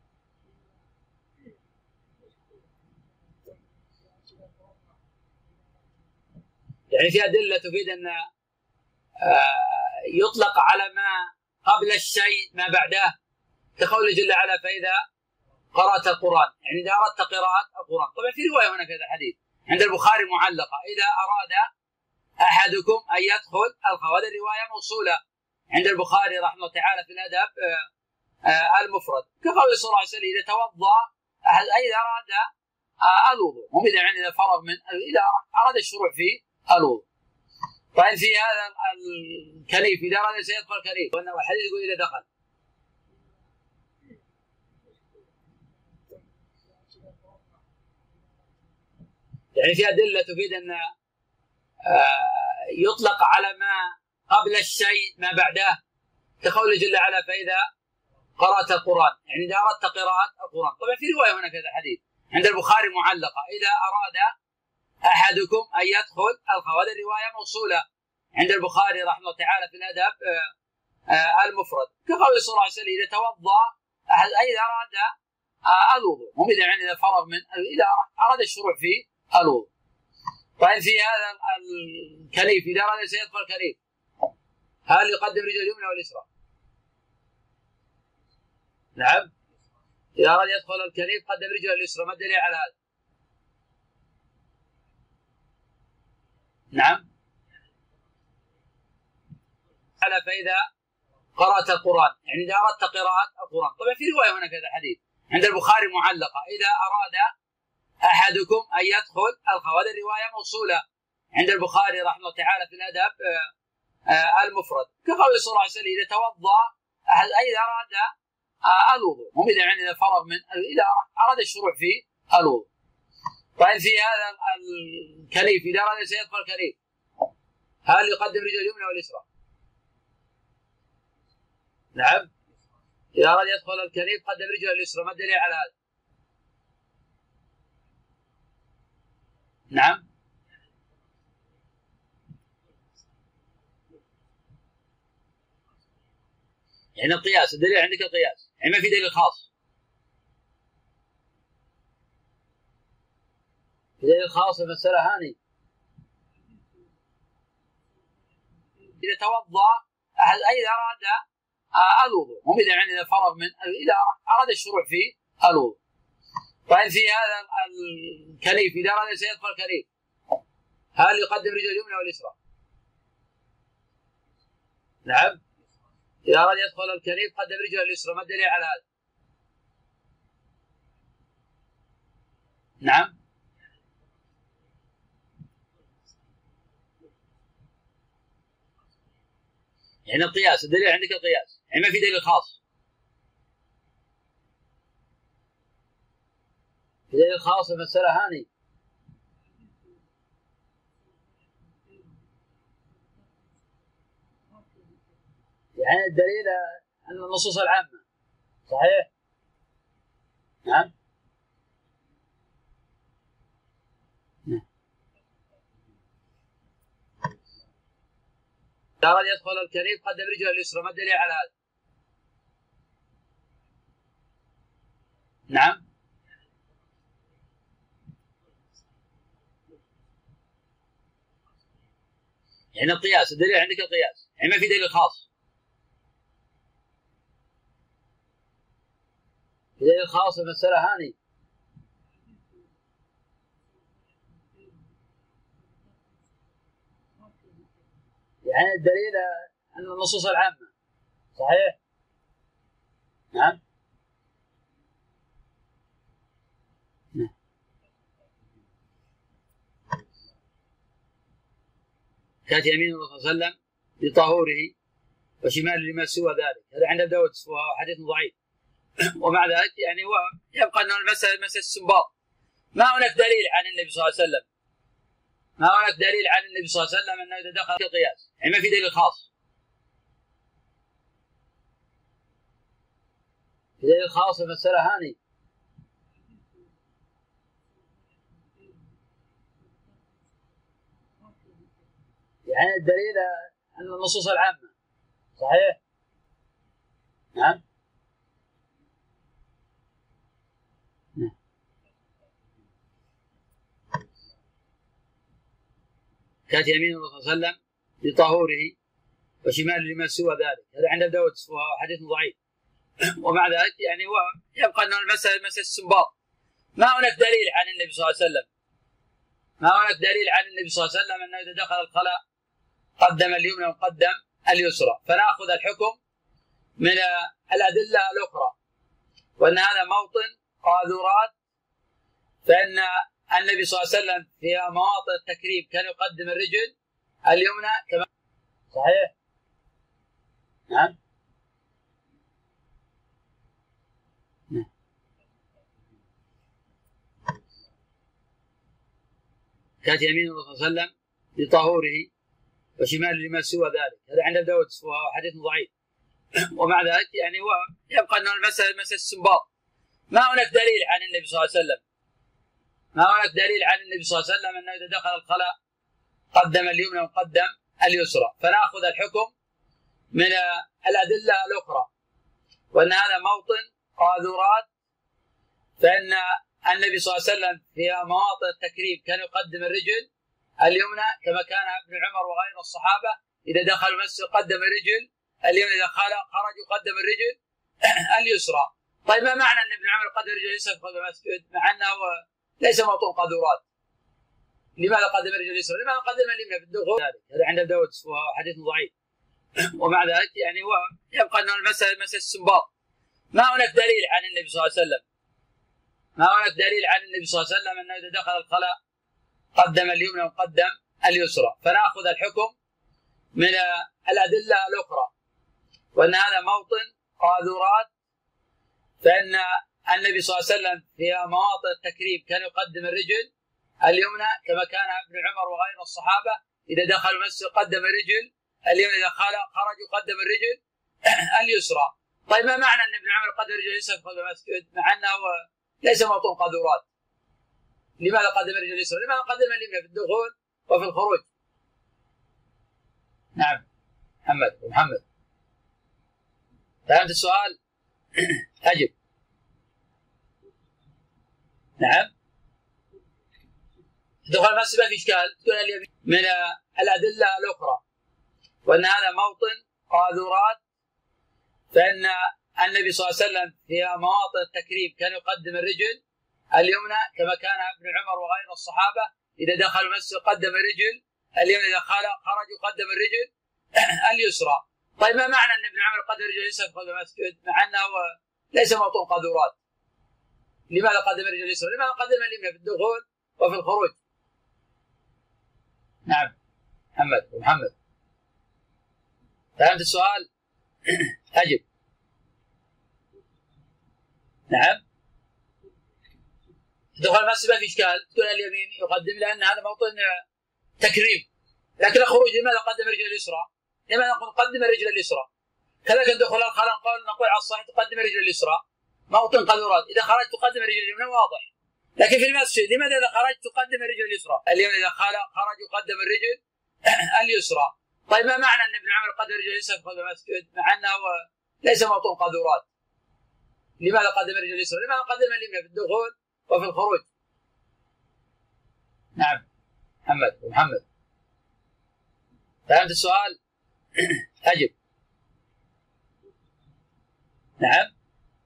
Speaker 2: يعني في أدلة تفيد أن يطلق على ما قبل الشيء ما بعده، كقوله جل وعلا فإذا قرأت القرآن، يعني إذا أردت قراءة القرآن. طبعا في رواية هنا في هذا الحديث عند البخاري معلقة إذا أراد أحدكم أن يدخل الخلاء. هذه الرواية موصولة عند البخاري رحمه الله تعالى في الأدب المفرد، كقوله صلى الله عليه وسلم إذا توضأ أي إذا أراد الوضوء، هم إذا فرغ من إذا أراد الشروع في الوضوء. طيب في هذا الكنيف إذا أراد سيدخل الكنيف، وأنه الحديث يقول إذا دخل. يعني في أدلة تفيد أن يطلق على ما قبل الشيء ما بعده، كقوله جل وعلا فإذا قرأت القرآن، يعني إذا أردت قراءة القرآن. طبعا في رواية هنا في هذا الحديث عند البخاري معلقة إذا أراد أحدكم أن يدخل الخلاء. هذه الرواية موصولة عند البخاري رحمه الله تعالى في الأدب المفرد، كقوله صلى الله عليه وسلم إذا توضأ أي إذا أراد الوضوء، هم إذا فرغ من إذا أراد الشروع في الوضوء. طيب في هذا الكنيف إذا أراد سيدخل الكنيف، هل يقدم رجل اليمنى واليسرى؟ نعم، إذا أراد يدخل الكنيف قدم رجل اليسرى. ما الدليل على هذا؟ نعم، على فإذا قرأت القرآن، يعني إذا أردت قراءة القرآن. طبعا في رواية هنا في هذا الحديث عند البخاري معلقة إذا أراد أحدكم أن يدخل الخلاء. هذه الرواية موصولة عند البخاري رحمه الله تعالى في الأدب المفرد، كقوله صلى الله عليه وسلم إذا توضأ أي إذا أراد الوضوء، هم إذا فرغ من إذا أراد الشروع في الوضوء. طيب في هذا الكنيف إذا أراد سيدخل الكنيف، هل يقدم رجل اليمنى واليسرى؟ نعم، إذا أراد يدخل الكنيف قدم رجل اليسرى. ما الدليل على هذا؟ نعم، يعني القياس، الدليل عندك القياس، يعني ما في دليل خاص. في دليل خاص المسألة هذه إذا توضأ أي إذا أراد الوضوء، هم إذا فرغ من إذا أراد الشروع في الوضوء. طيب في هذا الكنيف إذا أراد سيدخل الكنيف، هل يقدم رجل اليمنى واليسرى؟ نعم، إذا أراد يدخل الكنيف قدم رجل اليسرى. ما الدليل على هذا؟ نعم، يعني القياس، الدليل عندك القياس، يعني ما في دليل خاص. في دليل خاص المسألة هذه يعني الدليل أن النصوص العامة صحيح. نعم، إذا أراد يدخل الكنيف قدم رجل اليسرى. ما الدليل على هذا؟ نعم، يعني القياس، الدليل عندك القياس، يعني ما في دليل خاص. في دليل خاص المسألة هذه يعني الدليل أن النصوص العامة صحيح. نعم، كانت يمين الرسول صلى الله عليه وسلم لطهوره وشماله لما سوى ذلك. هذا عند داود وهو حديث ضعيف. ومع ذلك يعني هو يبقى أن المسألة مسألة استنباط. ما هناك دليل عن النبي صلى الله عليه وسلم، ما هناك دليل عن النبي صلى الله عليه وسلم أنه إذا دخل في القياس، يعني ما في دليل خاص. في دليل خاص المسألة هذه يعني الدليل أن النصوص العامة صحيح؟ نعم. كانت يمين الرسول صلى الله عليه وسلم لطهوره وشمال لما سوى ذلك. هذا عند داود وهو حديث ضعيف. ومع ذلك يعني يبقى أن المسألة مسألة استنباط. ما هناك دليل عن النبي صلى الله عليه وسلم، ما هناك دليل عن النبي صلى الله عليه وسلم أنه إذا دخل الخلاء قدم اليمنى وقدم اليسرى، فنأخذ الحكم من الأدلة الأخرى، وأن هذا موطن قاذورات، فإن النبي صلى الله عليه وسلم في مواطن التكريم كان يقدم الرجل اليمنى كما صحيح؟ نعم. كانت يمين الرسول صلى الله عليه وسلم لطهوره وشمال لما سوى ذلك. هذا عند داود وهو حديث ضعيف. ومع ذلك يعني يبقى أن المسألة مسألة استنباط. ما هناك دليل عن النبي صلى الله عليه وسلم، ما هناك دليل عن النبي صلى الله عليه وسلم أنه إذا دخل الخلاء قدم اليمنى وقدم اليسرى، فنأخذ الحكم من الأدلة الأخرى، وأن هذا موطن قاذورات، فإن النبي صلى الله عليه وسلم في مواطن التكريم كان يقدم الرجل اليمنى، كما كان ابن عمر وغير الصحابة إذا دخل المسجد قدم الرجل اليمنى، إذا خرج يقدم الرجل اليسرى. طيب ما معنى أن ابن عمر قدم الرجل اليسرى في المسجد مع أنه ليس موطن قاذورات؟ لماذا قدم الرجل اليسرى؟ لماذا قدم اليمنى في الدخول؟ هذا عند داود وهو حديث ضعيف. ومع ذلك يعني يبقى أن المسألة مسألة استنباط. ما هناك دليل عن النبي صلى الله عليه وسلم، ما هناك دليل عن النبي صلى الله عليه وسلم أنه إذا دخل الخلاء قدم اليمنى وقدم اليسرى، فنأخذ الحكم من الأدلة الأخرى، وأن هذا موطن قاذورات، فإن النبي صلى الله عليه وسلم في مواطن التكريم كان يقدم الرجل اليمنى، كما كان ابن عمر وغير الصحابة إذا دخل المسجد قدم الرجل اليمنى، إذا خرج يقدم الرجل اليسرى. طيب ما معنى أن ابن عمر قدم الرجل اليسرى في المسجد مع أنه ليس موطن قاذورات؟ لماذا قدم الرجل اليسرى؟ لماذا قدم اليمنى في الدخول وفي الخروج؟ نعم. محمد فهمت السؤال؟ أجب. نعم. دخول المسجد ما في إشكال، تكون اليمين من الأدلة الأخرى، وأن هذا موطن قاذورات، فإن النبي صلى الله عليه وسلم في مواطن التكريم كان يقدم الرجل اليمنى، كما كان ابن عمر وغير الصحابة إذا دخل المسجد قدم الرجل اليمنى، إذا خرج يقدم الرجل اليسرى. طيب ما معنى أن ابن عمر قدم الرجل اليسرى في المسجد مع أنه ليس موطن قاذورات؟ لماذا قدم الرجل اليسرى؟ لماذا قدم اليمنى في الدخول وفي الخروج؟ نعم. محمد فهمت السؤال؟ أجب. نعم. دخول المسجد ما في إشكال، تكون اليمين يقدم، لأن هذا موطن تكريم، لكن الخروج لماذا قدم الرجل اليسرى؟ لماذا نقدم الرجل اليسرى؟ كذلك دخول الخلاء نقول على الصحيح تقدم الرجل اليسرى، موطن قاذورات، إذا خرجت تقدم الرجل اليمنى واضح، لكن في المسجد لماذا إذا خرجت تقدم الرجل اليسرى؟ اليمنى إذا خرج يقدم الرجل اليسرى. طيب ما معنى أن ابن عمر قدم الرجل اليسرى في المسجد مع أنه ليس موطن قاذورات؟ لماذا قدم الرجل اليسرى؟ لماذا قدم اليمنى في الدخول وفي الخروج؟ نعم. محمد فهمت السؤال؟ أجب. نعم.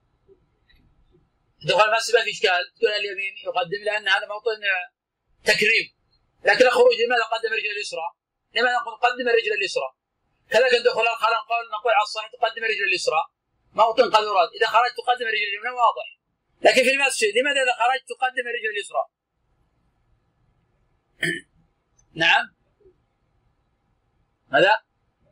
Speaker 2: دخول المسجد ما في إشكال، تكون اليمين يقدم، لأن هذا موطن تكريم، لكن الخروج لماذا قدم الرجل اليسرى؟ لماذا نقدم الرجل اليسرى؟ كذلك دخول الخلاء نقول على الصحيح تقدم الرجل اليسرى، موطن قاذورات، إذا خرجت تقدم الرجل اليمنى واضح، لكن في المسجد لماذا إذا خرجت تقدم الرجل اليسرى؟ نعم. ماذا؟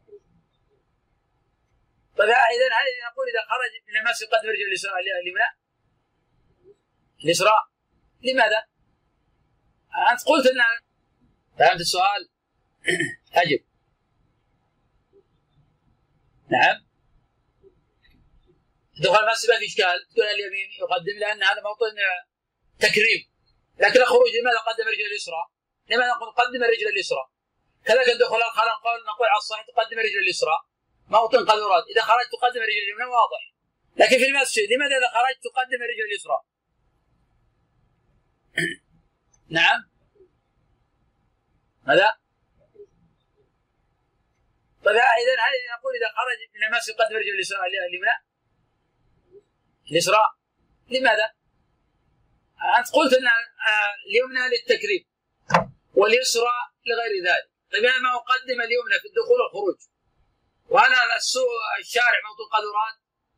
Speaker 2: طيب إذا هل نقول إذا خرج من المسجد قدم الرجل اليمنى اليسرى؟ لماذا؟ أنت قلت أن فهمت السؤال؟ أجب. نعم. دخول المسجد ما في إشكال، تكون اليمين يقدم، لأن هذا موطن تكريم، لكن الخروج لماذا قدم الرجل اليسرى؟ لماذا نقدم الرجل اليسرى؟ كذلك دخول الخلاء نقول على الصحيح تقدم الرجل اليسرى موطن قذورات، اذا خرجت تقدم الرجل اليمنى واضح. لكن في المسجد لماذا اذا خرجت تقدم الرجل اليسرى؟ نعم ماذا؟ طيب اذا هل نقول اذا خرج من المسجد قدم الرجل اليمنى اليسرى؟ لماذا؟ انت قلت ان اليمنى للتكريم واليسرى لغير ذلك. طيب انا ما اقدم اليمنى في الدخول والخروج، وانا الشارع موطن قذورات.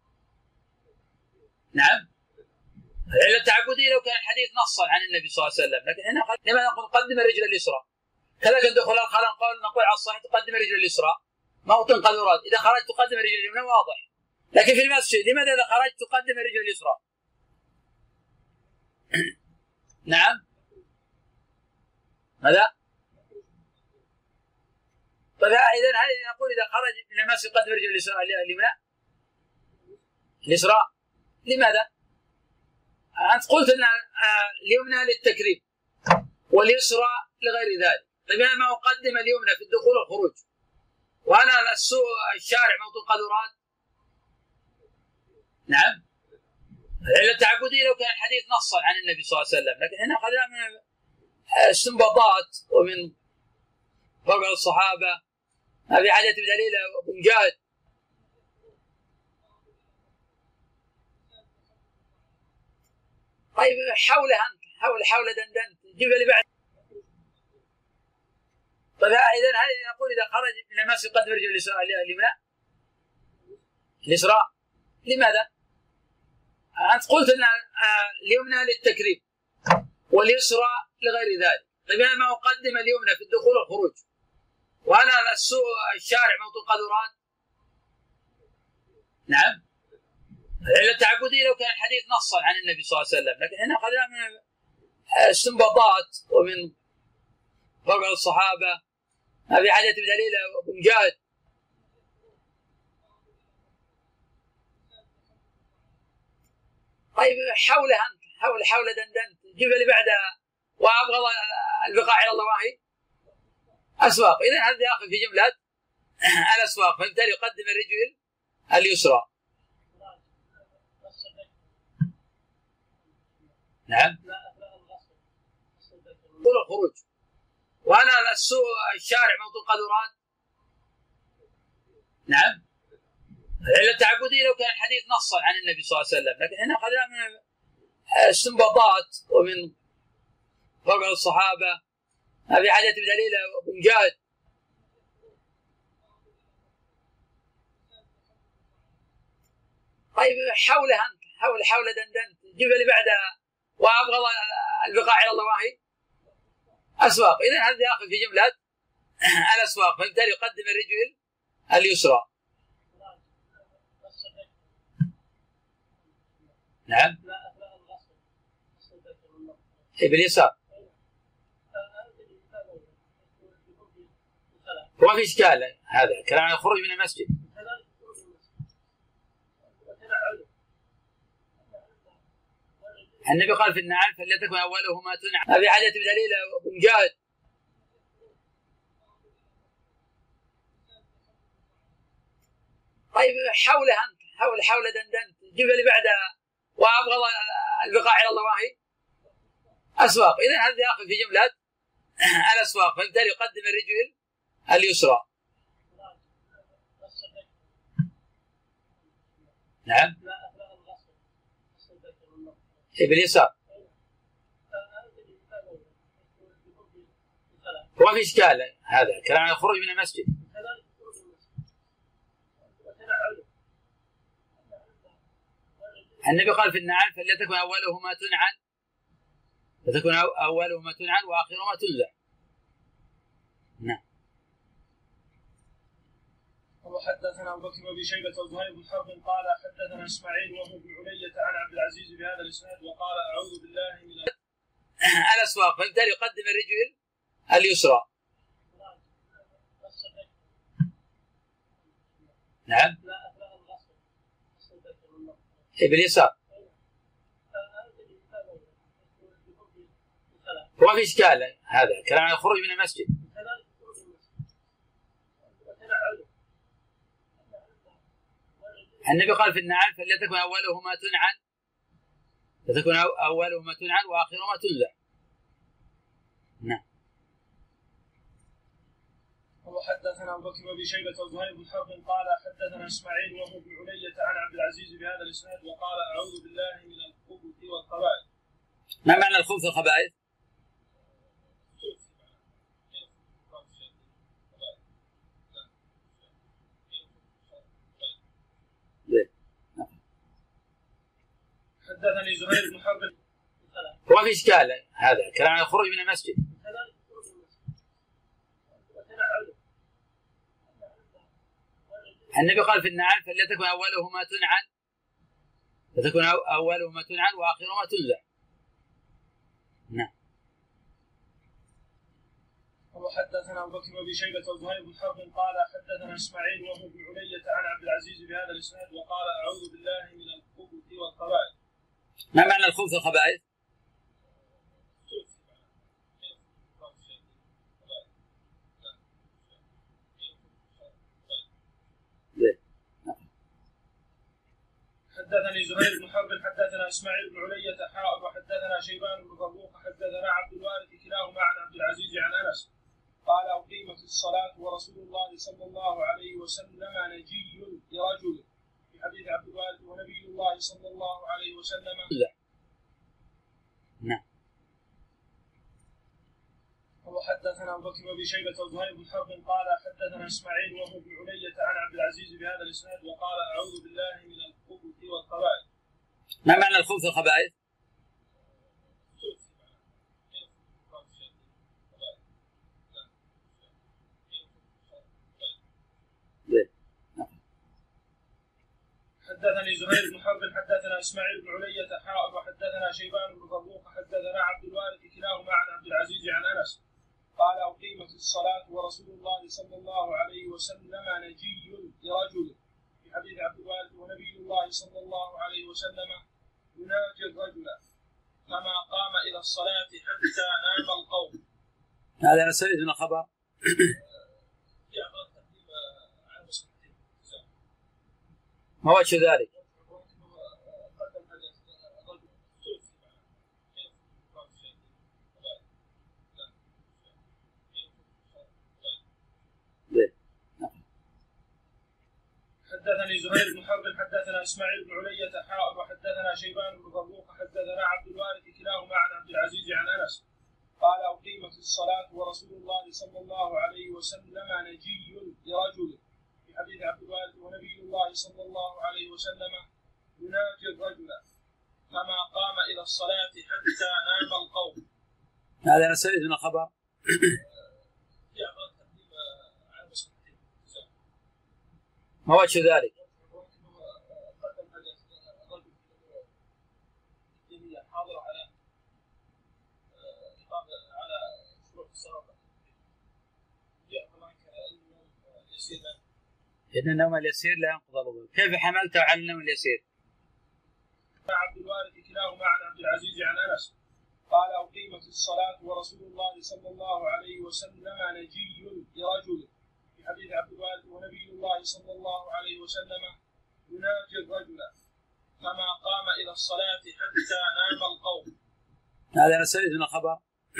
Speaker 2: نعم العله التعبديه لو كان الحديث نصا عن النبي صلى الله عليه وسلم، لكن هنا لماذا نقول قدم الرجل اليسرى؟ كذلك دخول الخلاء نقول على الصحيح تقدم الرجل اليسرى موطن قذورات، اذا خرجت تقدم الرجل اليمنى واضح. لكن في المسجد لماذا اذا خرجت تقدم الرجل اليسرى؟ نعم ماذا؟ طيب اذا هل نقول اذا خرج من المسجد قدم الرجل اليمنى اليسرى؟ لماذا؟ انت قلت ان اليمنى للتكريم واليسرى لغير ذلك. طيب انا ما اقدم اليمنى في الدخول والخروج، وانا الشارع موطن قذورات. نعم العله التعبديه لو كان الحديث نصا عن النبي صلى الله عليه وسلم، لكن هنا اخذنا من استنباطات ومن فقه الصحابه ما في حاجه بدليل ابو مجاهد. طيب حولها انت حول دندنت جيب اللي بعد. طيب اذا هل نقول اذا خرج من المسجد قدم الرجل اليمنى اليسرى؟ لماذا؟ انت قلت ان اليمنى للتكريم واليسرى لغير ذلك. طيب انا ما اقدم اليمنى في الدخول والخروج، وانا الشارع موطن قذورات. نعم العله التعبديه لو كان الحديث نصا عن النبي صلى الله عليه وسلم، لكن هنا اخذنا من استنباطات ومن فقه الصحابه ما في حاجه بدليل ابو مجاهد. طيب حولها انت حول دندنت جيب اللي بعدها. وابغض البقاع الى الله وهي اسواق. اذا هذا داخل في جمله الاسواق، فبالتالي يقدم الرجل اليسرى. نعم طول الخروج، وانا الشارع موطن قذورات. نعم العله التعبديه لو كان الحديث نصا عن النبي صلى الله عليه وسلم، لكن هنا اخذنا من استنباطات ومن فقه الصحابه ما في حاجه بدليل ابو مجاهد. طيب حولها انت حول دندنت جيب اللي بعدها. وابغض البقاع الى الله وهي اسواق. اذا هذا داخل في جمله الاسواق، فبالتالي يقدم الرجل اليسرى. نعم باليسار ما في اشكال. هذا كلام عن الخروج من المسجد. النبي قال في النعال فليتكن اولهما تنعل، ما في حاجه بدليل ابو مجاهد. طيب حولها انت حول دندنت جيب اللي بعدها. وابغض البقاع الى الله وهي اسواق. اذا هذا داخل في جمله الاسواق، فبالتالي يقدم الرجل اليسرى. نعم باليسار ما في اشكال. هذا كلام عن الخروج من المسجد. النبي قال في النعال فليتكن اولهما تنعل، فتكون اولهما تنعل واخرهما تنزع. نعم.
Speaker 1: وحدثنا ابو بكر بن شيبه وزهير بن حرب قال حدثنا اسماعيل وهو بن علية عن عبد العزيز بهذا الاسناد وقال اعوذ بالله من
Speaker 2: الاسواق، فبالتالي يقدم الرجل اليسرى. نعم باليسار ما في اشكال. هذا كلام عن الخروج من المسجد. النبي قال في النعل فليتكن أولهما تنعل، فتكون أولهما تنعل وآخرهما تنزع. نعم.
Speaker 1: وحدثنا أبو بكر بن شيبة وزهير بن حرب قال حدثنا إسماعيل وهو بن علية عن عبد العزيز بهذا الإسناد وقال أعوذ بالله من الخبث والخبائث.
Speaker 2: ما معنى الخبث والخبائث؟
Speaker 1: حدثني زهير بن حرب.
Speaker 2: ما في إشكال هذا كلام عن الخروج من المسجد. النبي قال في النعل فليتكن أولهما تنعل، فتكون أولهما تنعل وآخرهما تنزع. نعم.
Speaker 1: وحدثنا أبو بكر بن شيبة وزهير بن حرب قال حدثنا إسماعيل وهو بن علية عن عبد العزيز بهذا الإسناد وقال أعوذ بالله من الخبث والخبائث.
Speaker 2: ما معنى الخبث والخبائث؟
Speaker 1: حدثني زهير بن حرب حدثنا اسماعيل بن علية حاء وحدثنا شيبان بن فروخ حدثنا عبد الوارث كلاهما عن عبد العزيز عن انس قال اقيمت الصلاة ورسول الله صلى الله عليه وسلم نجي لرجل، في حديث عبد الوارث ونبي الله صلى الله عليه وسلم
Speaker 2: لا. نعم.
Speaker 1: وحدثنا أبو بكر بن شيبة وزهير بن حرب قال حدثنا إسماعيل وهو بن علية عن عبد العزيز بهذا الإسناد وقال أعوذ بالله من الخبث والخبائث.
Speaker 2: ما معنى الخبث والخبائث؟
Speaker 1: حدثني زهير بن حرب حدثنا إسماعيل بن علية حاء وحدثنا شيبان بن فروخ حدثنا عبد الوارث كلاهما عن عبد العزيز عن أنس قال أقيمت الصلاة ورسول الله صلى الله عليه وسلم نجي لرجل، في حديث عبد الوارث ونبي الله صلى الله عليه وسلم يناجي الرجل فما قام إلى الصلاة حتى نام القوم.
Speaker 2: هذا أنا سمعت من الخبر. ما وجه ذلك؟
Speaker 1: حدثني زهير بن حرب حدثنا اسماعيل بن علية حاء وحدثنا شيبان بن فروخ حدثنا عبد الوارث كلاهما عن عبد العزيز عن انس قال اقيمت الصلاة ورسول الله صلى الله عليه وسلم نجي لرجل، في حديث عبد الوارث ونبي الله صلى الله عليه وسلم يناجي الرجل فما قام الى الصلاة حتى نام القوم.
Speaker 2: هذا أنا سمعت من الخبر. ما وجه ذلك؟ إن النوم اليسير لا ينقض الوضوء، كيف حملته على النوم اليسير؟
Speaker 1: عبد الوارث كلاهما عن عبد العزيز عن أنس قال أقيمت الصلاة ورسول الله صلى الله عليه وسلم نجي لرجل، في حديث عبد الوارث ونبي الله صلى الله عليه وسلم يناجي الرجل فما قام إلى الصلاة حتى نام القوم.
Speaker 2: هذا أنا سمعت من الخبر.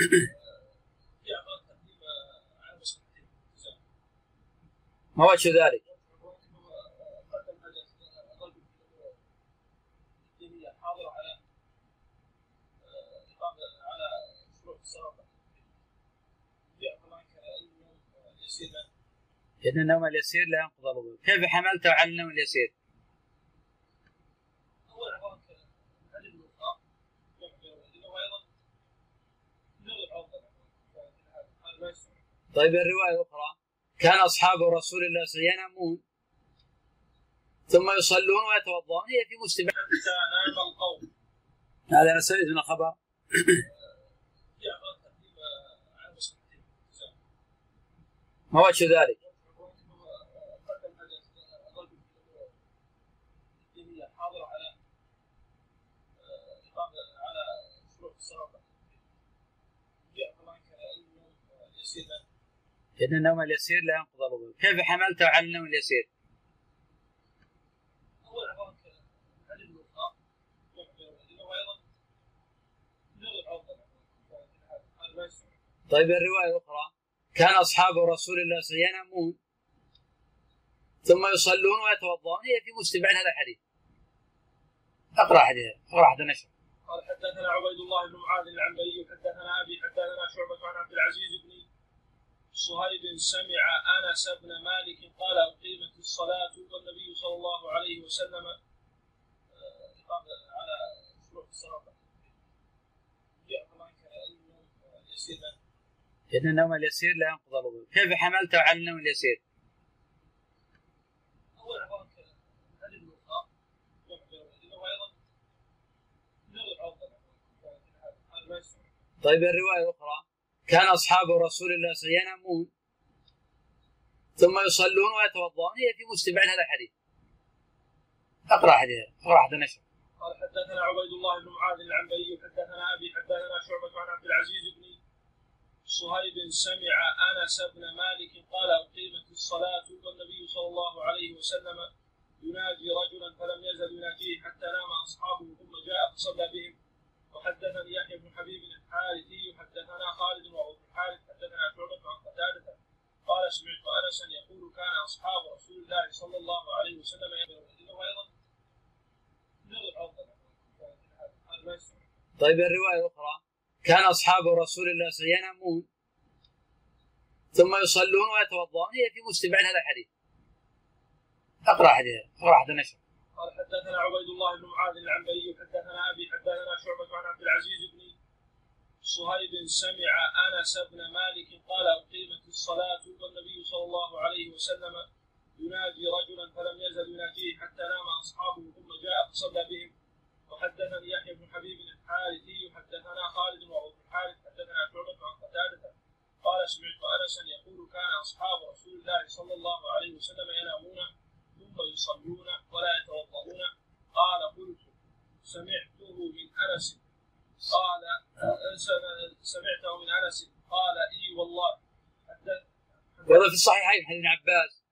Speaker 2: ما وجه ذلك؟ إن النوم اليسير لا ينقض الوضوء، كيف حملته على النوم اليسير؟ طيب الرواية الأخرى كان أصحاب رسول الله صلى الله عليه وسلم ينامون ثم يصلون ويتوضؤون، هي في مسلم.
Speaker 1: حتى نام القوم.
Speaker 2: هذا أنا سمعت من الخبر. ما وجه ذلك؟ إن النوم اليسير لا ينقض الوضوء، كيف حملته على النوم اليسير؟ طيب الرواية الأخرى كان أصحاب رسول الله صلى الله عليه وسلم ينامون ثم يصلون ويتوضؤون، هي في مسلم بعد هذا الحديث. اقرأ حديث نشر.
Speaker 1: قال حدثنا عبيد الله بن معاذ العنبري حدثنا أبي حدثنا شعبة عن عبد العزيز بن صهيب سمع أنس بن مالك قال أقيمت الصلاة والنبي صلى الله عليه وسلم على شروط الصلاة.
Speaker 2: إن النوم اليسير لا ينقض الوضوء، كيف حملته على النوم اليسير؟ طيب الرواية الأخرى كان أصحاب رسول الله صلى الله عليه وسلم ينامون ثم يصلون ويتوضؤون، هي في مسلم بعد هذا الحديث. اقرأ حديث نشر.
Speaker 1: قال حدثنا عبيد الله بن معاذ العنبري حدثنا أبي حدثنا شعبة عن عبد العزيز بن صهيب سمع أنس بن مالك قال أقيمت الصلاة والنبي صلى الله عليه وسلم ينادي رجلا فلم يزل يناديه حتى نام أصحابه ثم جاء فصلى بهم. وحدثني يحيى بن حبيب الحارثي حدثنا خالد وابو الحارث حدثنا شعبة عن قتادة قال سمعت أنسا يقول كان أصحاب رسول الله صلى الله عليه وسلم يبلغ أيضا.
Speaker 2: طيب الرواية الأخرى كان أصحاب رسول الله صلى الله عليه وسلم ينامون ثم يصلون ويتوضؤون، هي في مسلم بعد هذا الحديث. اقرأ حديث نشر.
Speaker 1: قال حدثنا عبيد الله بن معاذ العنبري حدثنا أبي حدثنا شعبة عن عبد العزيز بن صهيب سمع أنس بن مالك قال أقيمت الصلاة والنبي صلى الله عليه وسلم ينادي رجلا فلم يزل يناديه حتى نام أصحابه ثم جاء فصلى بهم. وحدثني يحيى بن حبيب الحارثي حدثنا خالد وابو الحارث حدثنا شعبة عن قتادة قال سمعت أنسا يقول كان أصحاب رسول الله صلى الله عليه وسلم ينامون ثم يصلون ولا يتوضؤون. قال قلت سمعته من أنس قال سمعته من أنس قال إي والله.
Speaker 2: وهذا في الصحيحين حديث ابن عباس.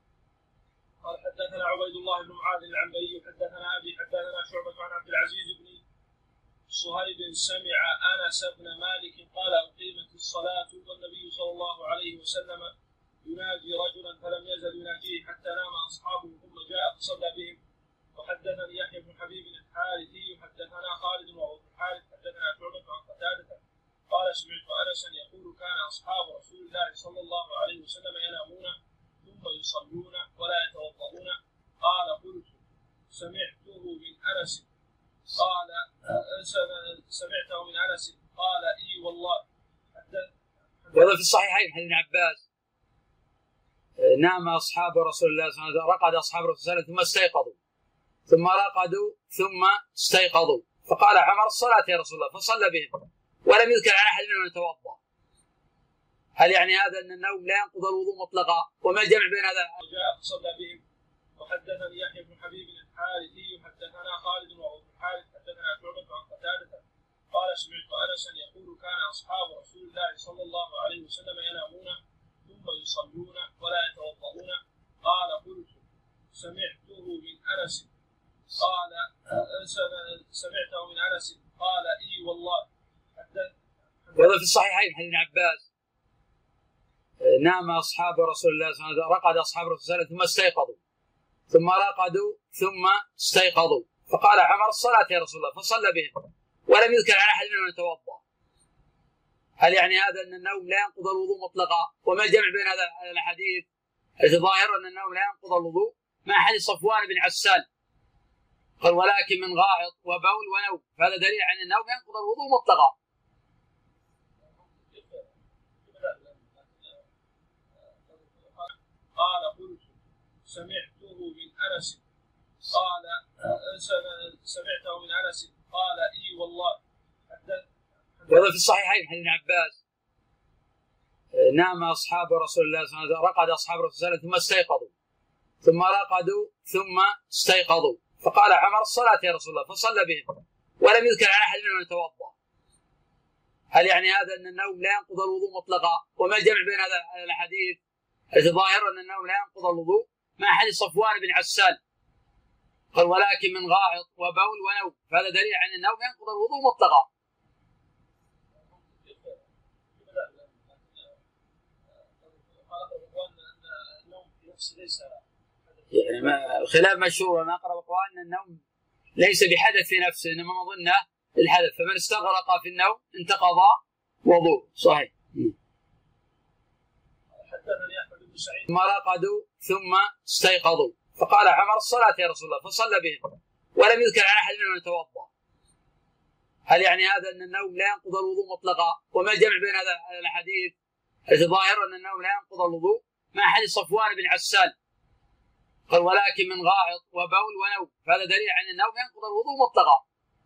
Speaker 1: قال حدثنا عبيد الله بن معاذ العنبري حدثنا أبي حدثنا شعبة عن عبد العزيز بن صهيب سمع أنس بن مالك قال أقيمت الصلاة والنبي صلى الله عليه وسلم ينادي رجلا فلم يزل يناديه حتى نام أصحابه ثم جاء فصلى بهم. وحدثني يحيى بن حبيب الحارثي حدثنا خالد وابو الحارث حدثنا شعبة عن قتادة قال سمعت أنسا يقول كان أصحاب رسول الله صلى الله عليه وسلم ينامون ثم يصلون ولا يتوضؤون. قال قلت سمعته من أنس قال سمعته من أنس قال إي والله.
Speaker 2: وهذا في الصحيحين حديث ابن عباس. نام أصحاب رسول الله صلى الله عليه وسلم، رقد أصحاب رسول الله صلى الله عليه وسلم ثم استيقظوا، ثم رقدوا ثم استيقظوا، فقال عمر الصلاة يا رسول الله، فصلى بهم ولم يذكر عن أحد منهم يتوضأ. هل يعني هذا أن النوم لا ينقض الوضوء مطلقا؟ وما الجمع بين هذا؟
Speaker 1: جاء فصلى بهم. وحدثني يحيى بن حبيب الحارثي حدثنا خالد وابو الحارث حدثنا شعبة عن قتادة قال سمعت أنسا يقول كان أصحاب رسول الله صلى الله عليه وسلم ينامون ثم يصلون ولا يتوضؤون. قال قلت سمعته من أنس قال سمعته من أنس قال إي والله.
Speaker 2: وهذا في الصحيحين حديث ابن عباس. نام أصحاب رسول الله صلى الله عليه وسلم، رقد أصحاب رسول الله صلى الله عليه وسلم ثم استيقظوا، ثم رقدوا ثم استيقظوا، فقال عمر الصلاة يا رسول الله، فصلى بهم ولم يذكر عن أحد منهم يتوضأ. هل يعني هذا أن النوم لا ينقض الوضوء مطلقا؟ وما الجمع بين هذا الحديث الظاهر أن النوم لا ينقض الوضوء مع حديث صفوان بن عسال قال ولكن من غائط وبول ونوم، فهذا دليل عن النوم ينقض الوضوء مطلقا.
Speaker 1: قال قلت سمعته من أنس قال سمعته من أنس قال إي والله.
Speaker 2: وهذا في الصحيحين حديث ابن عباس. نام أصحاب رسول الله صلى الله عليه وسلم، رقد أصحاب رسول الله صلى الله عليه وسلم ثم استيقظوا، ثم رقدوا ثم استيقظوا، فقال عمر الصلاة يا رسول الله، فصلى بهم ولم يذكر عن أحد منهم يتوضأ. هل يعني هذا أن النوم لا ينقض الوضوء مطلقا؟ وما الجمع بين هذا الحديث الظاهر أن النوم لا ينقض الوضوء مع حديث صفوان بن عسال قال ولكن من غائط وبول ونوم، فهذا دليل عن النوم ينقض الوضوء مطلقا.
Speaker 1: نفسه ليس
Speaker 2: يعني الخلاف مشهور. انا اقرب اقوال ان النوم ليس بحدث في نفسه، انما مظنه الحدث، فمن استغرق في النوم انتقض وضوء. صحيح.
Speaker 1: حدثني احمد بن سعيد
Speaker 2: ثم رقدوا ثم استيقظوا فقال عمر الصلاة يا رسول الله، فصلى بهم ولم يذكر عن احد منهم يتوضا. هل يعني هذا ان النوم لا ينقض الوضوء مطلقا؟ وما الجمع بين هذا الاحاديث التي ظاهر ان النوم لا ينقض الوضوء مع حديث صفوان بن عسال قال ولكن من غائط وبول ونوم، فهذا دليل على ان النوم ينقض الوضوء مطلقا.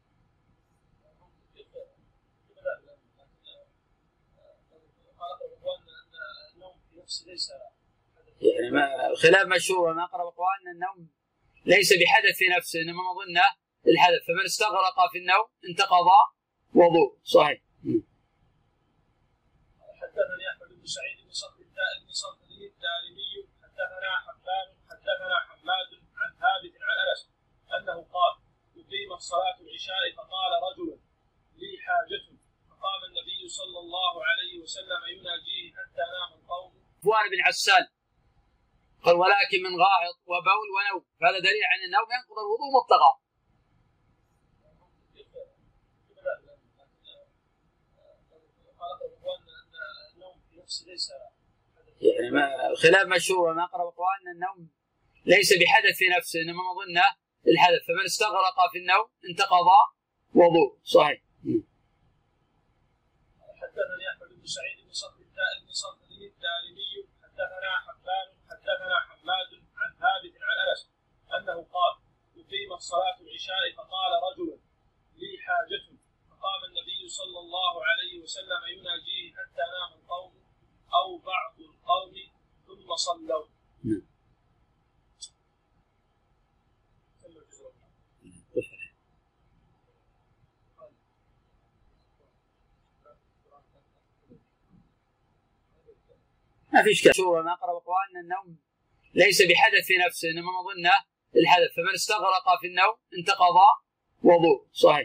Speaker 2: يعني الخلاف مشهور. انا اقرب اقوال ان النوم ليس بحدث في نفسه، انما مظنه الحدث، فمن استغرق في النوم انتقض وضوء. صحيح.
Speaker 1: حدثني احمد بن سعيد بن صخر الدارمي حدثنا حماد عن ثابت عن انس انه قال اقيمت صلاه العشاء فقال رجل لي حاجه فقام النبي صلى الله عليه وسلم يناجيه حتى نام القوم.
Speaker 2: صفوان بن عسال قال ولكن من غائط وبول ونوم، فهذا دليل على ان النوم ينقض الوضوء مطلقا. يعني الخلاف مشهور. انا اقرب اقوال ان النوم ليس بحدث في نفسه، انما مظنه الحدث، فمن استغرق في النوم انتقض وضوء. صحيح.
Speaker 1: حدثني احمد بن سعيد بن صخر الدارمي حدثنا حماد عن ثابت عن انس انه قال اقيمت صلاه العشاء فقال رجل لي حاجه فقام النبي صلى الله عليه وسلم يناجيه حتى نام القوم او بعض القوم ثم صلوا.
Speaker 2: ما في اشكال. شو انا اقرب اقوال ان النوم ليس بحدث في نفسه، انما مظنه الحدث، فمن استغرق في النوم انتقض وضوء. صحيح.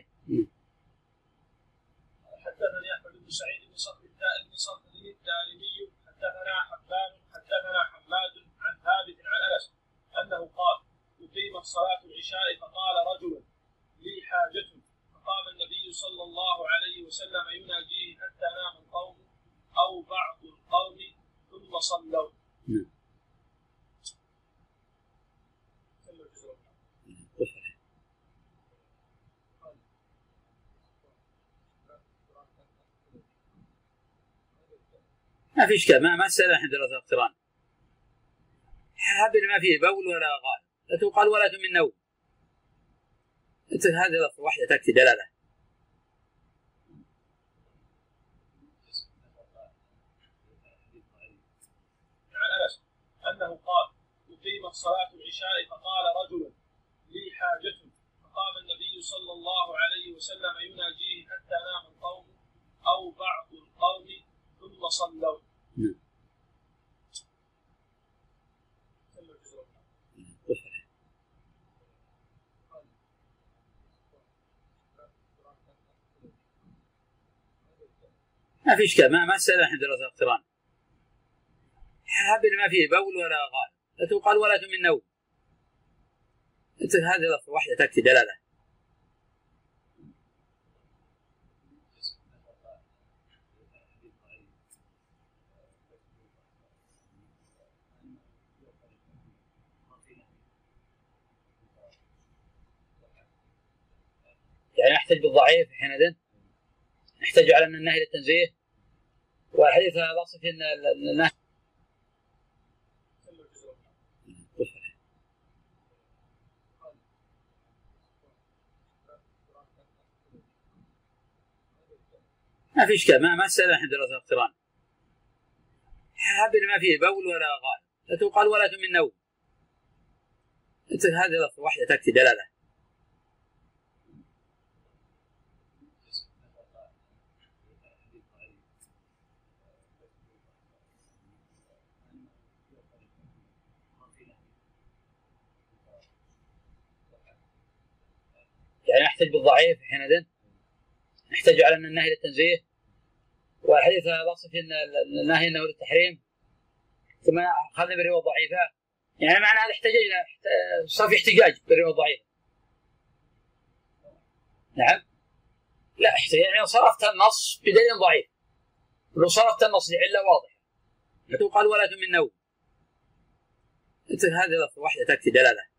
Speaker 1: حدثني احمد بن سعيد بن صخر الدارمي حدثنا حماد عن ثابت عن انس انه قال اقيمت صلاه العشاء فقال رجل لي حاجه فقام النبي صلى الله عليه وسلم يناجيه حتى نام القوم او بعض القوم ثم صلوا.
Speaker 2: ما في اشكال. ما السنه عند دراسه الاقتران هذا ما فيه بول ولا غائط، لكن قال ولكن من نوم. هذه لفظه واحده تكفي دلاله.
Speaker 1: عن انس انه قال اقيمت صلاه العشاء فقال رجل لي حاجه فقام النبي صلى الله عليه وسلم يناجيه حتى نام القوم او بعض القوم ثم صلوا.
Speaker 2: ما في اشكال. ما السنه عند دراسه الاقتران هذا ما فيه بول ولا غائط، لكن قال ولكن من نوم. هذه لفظه واحده تكفي دلاله. يعني نحتج بالضعيف حينئذ، نحتج على ان النهي للتنزيه، والحديث هذا اصل في ان النهي. ما في اشكال. ما السنه عند دراسه الاقتران هذا ما فيه بول ولا غائط، لكن قال ولكن من نوم. هذه لفظه واحده تكفي دلاله. يعني نحتج بالضعيف حينئذ، نحتج على ان النهي للتنزيه، والحديث هذا اصل في ان النهي انه للتحريم، ثم اخذنا بروايه ضعيفه يعني معنى هذا احتججنا، صار في احتجاج بالرواية الضعيفة. نعم. لا يعني صرفت النص بدليل ضعيف، لو صرفت النص لعلة واضحة لكن قال ولكن من نوم، انت هذه لفظة واحدة تكفي دلالة.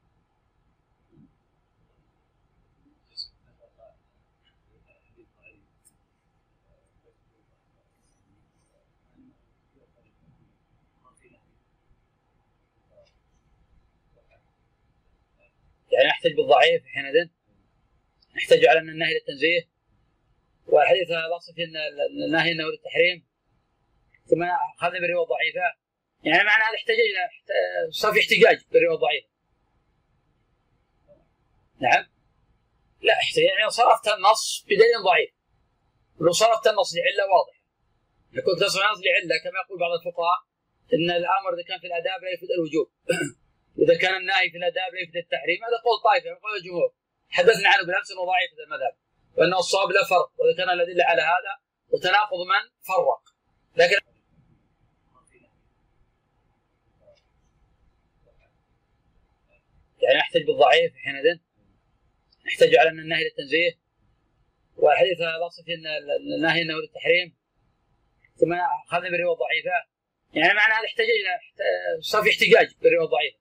Speaker 2: يعني نحتج بالضعيف حينئذ، نحتج على ان النهي للتنزيه، والحديث الاصل في ان النهي انه للتحريم، ثم اخذنا بالروايه الضعيفه. يعني معنى هذا احتججنا، صار في احتجاج بالروايه الضعيفه. نعم. لا يعني صرفت النص بدليل ضعيف، لو صرفت النص لعله واضحه لكن تصرف النص لعله كما يقول بعض الفقهاء ان الامر اذا كان في الاداب لا يفيد الوجوب واذا كان النهي في الاداب لا يفيد التحريم. هذا قول طائفه من قول الجمهور حدثنا عنه بنفس انه ضعيف في المذهب، وانه الصواب لا فرق، واذا كان الادله على هذا وتناقض من فرق. لكن يعني نحتج بالضعيف حينئذ، نحتج على ان النهي للتنزيه، والحديث الاصل في ان النهي انه للتحريم، ثم اخذنا بالروايه الضعيفه. يعني معنى هذا احتججنا، صار في احتجاج بالروايه الضعيفه.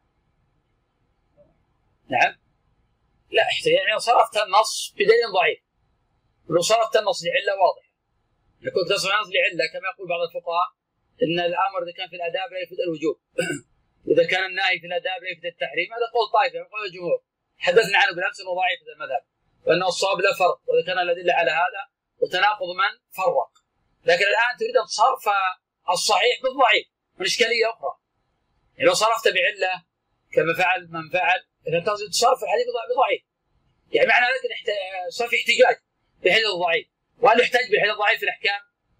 Speaker 2: نعم. لا يعني صرفت النص بدليل ضعيف، لو صرفت النص لعله واضحه لكن تصرف النص لعله كما يقول بعض الفقهاء ان الامر اذا كان في الاداب لا يفيد الوجوب واذا كان النهي في الاداب لا يفيد التحريم. هذا قول طائفه من قول الجمهور حدثنا عنه بنفس انه ضعيف في المذهب، وانه الصواب لا فرق، واذا كان الادله على هذا وتناقض من فرق. لكن الان تريد ان تصرف الصحيح بالضعيف من اشكاليه اخرى. يعني لو صرفت بعله كما فعل من فعل، اذا تقصد تصرف الحديث بضعيف، يعني معنى ذلك صار في احتجاج بحديث الضعيف. وهل يحتج بحديث الضعيف في الاحكام؟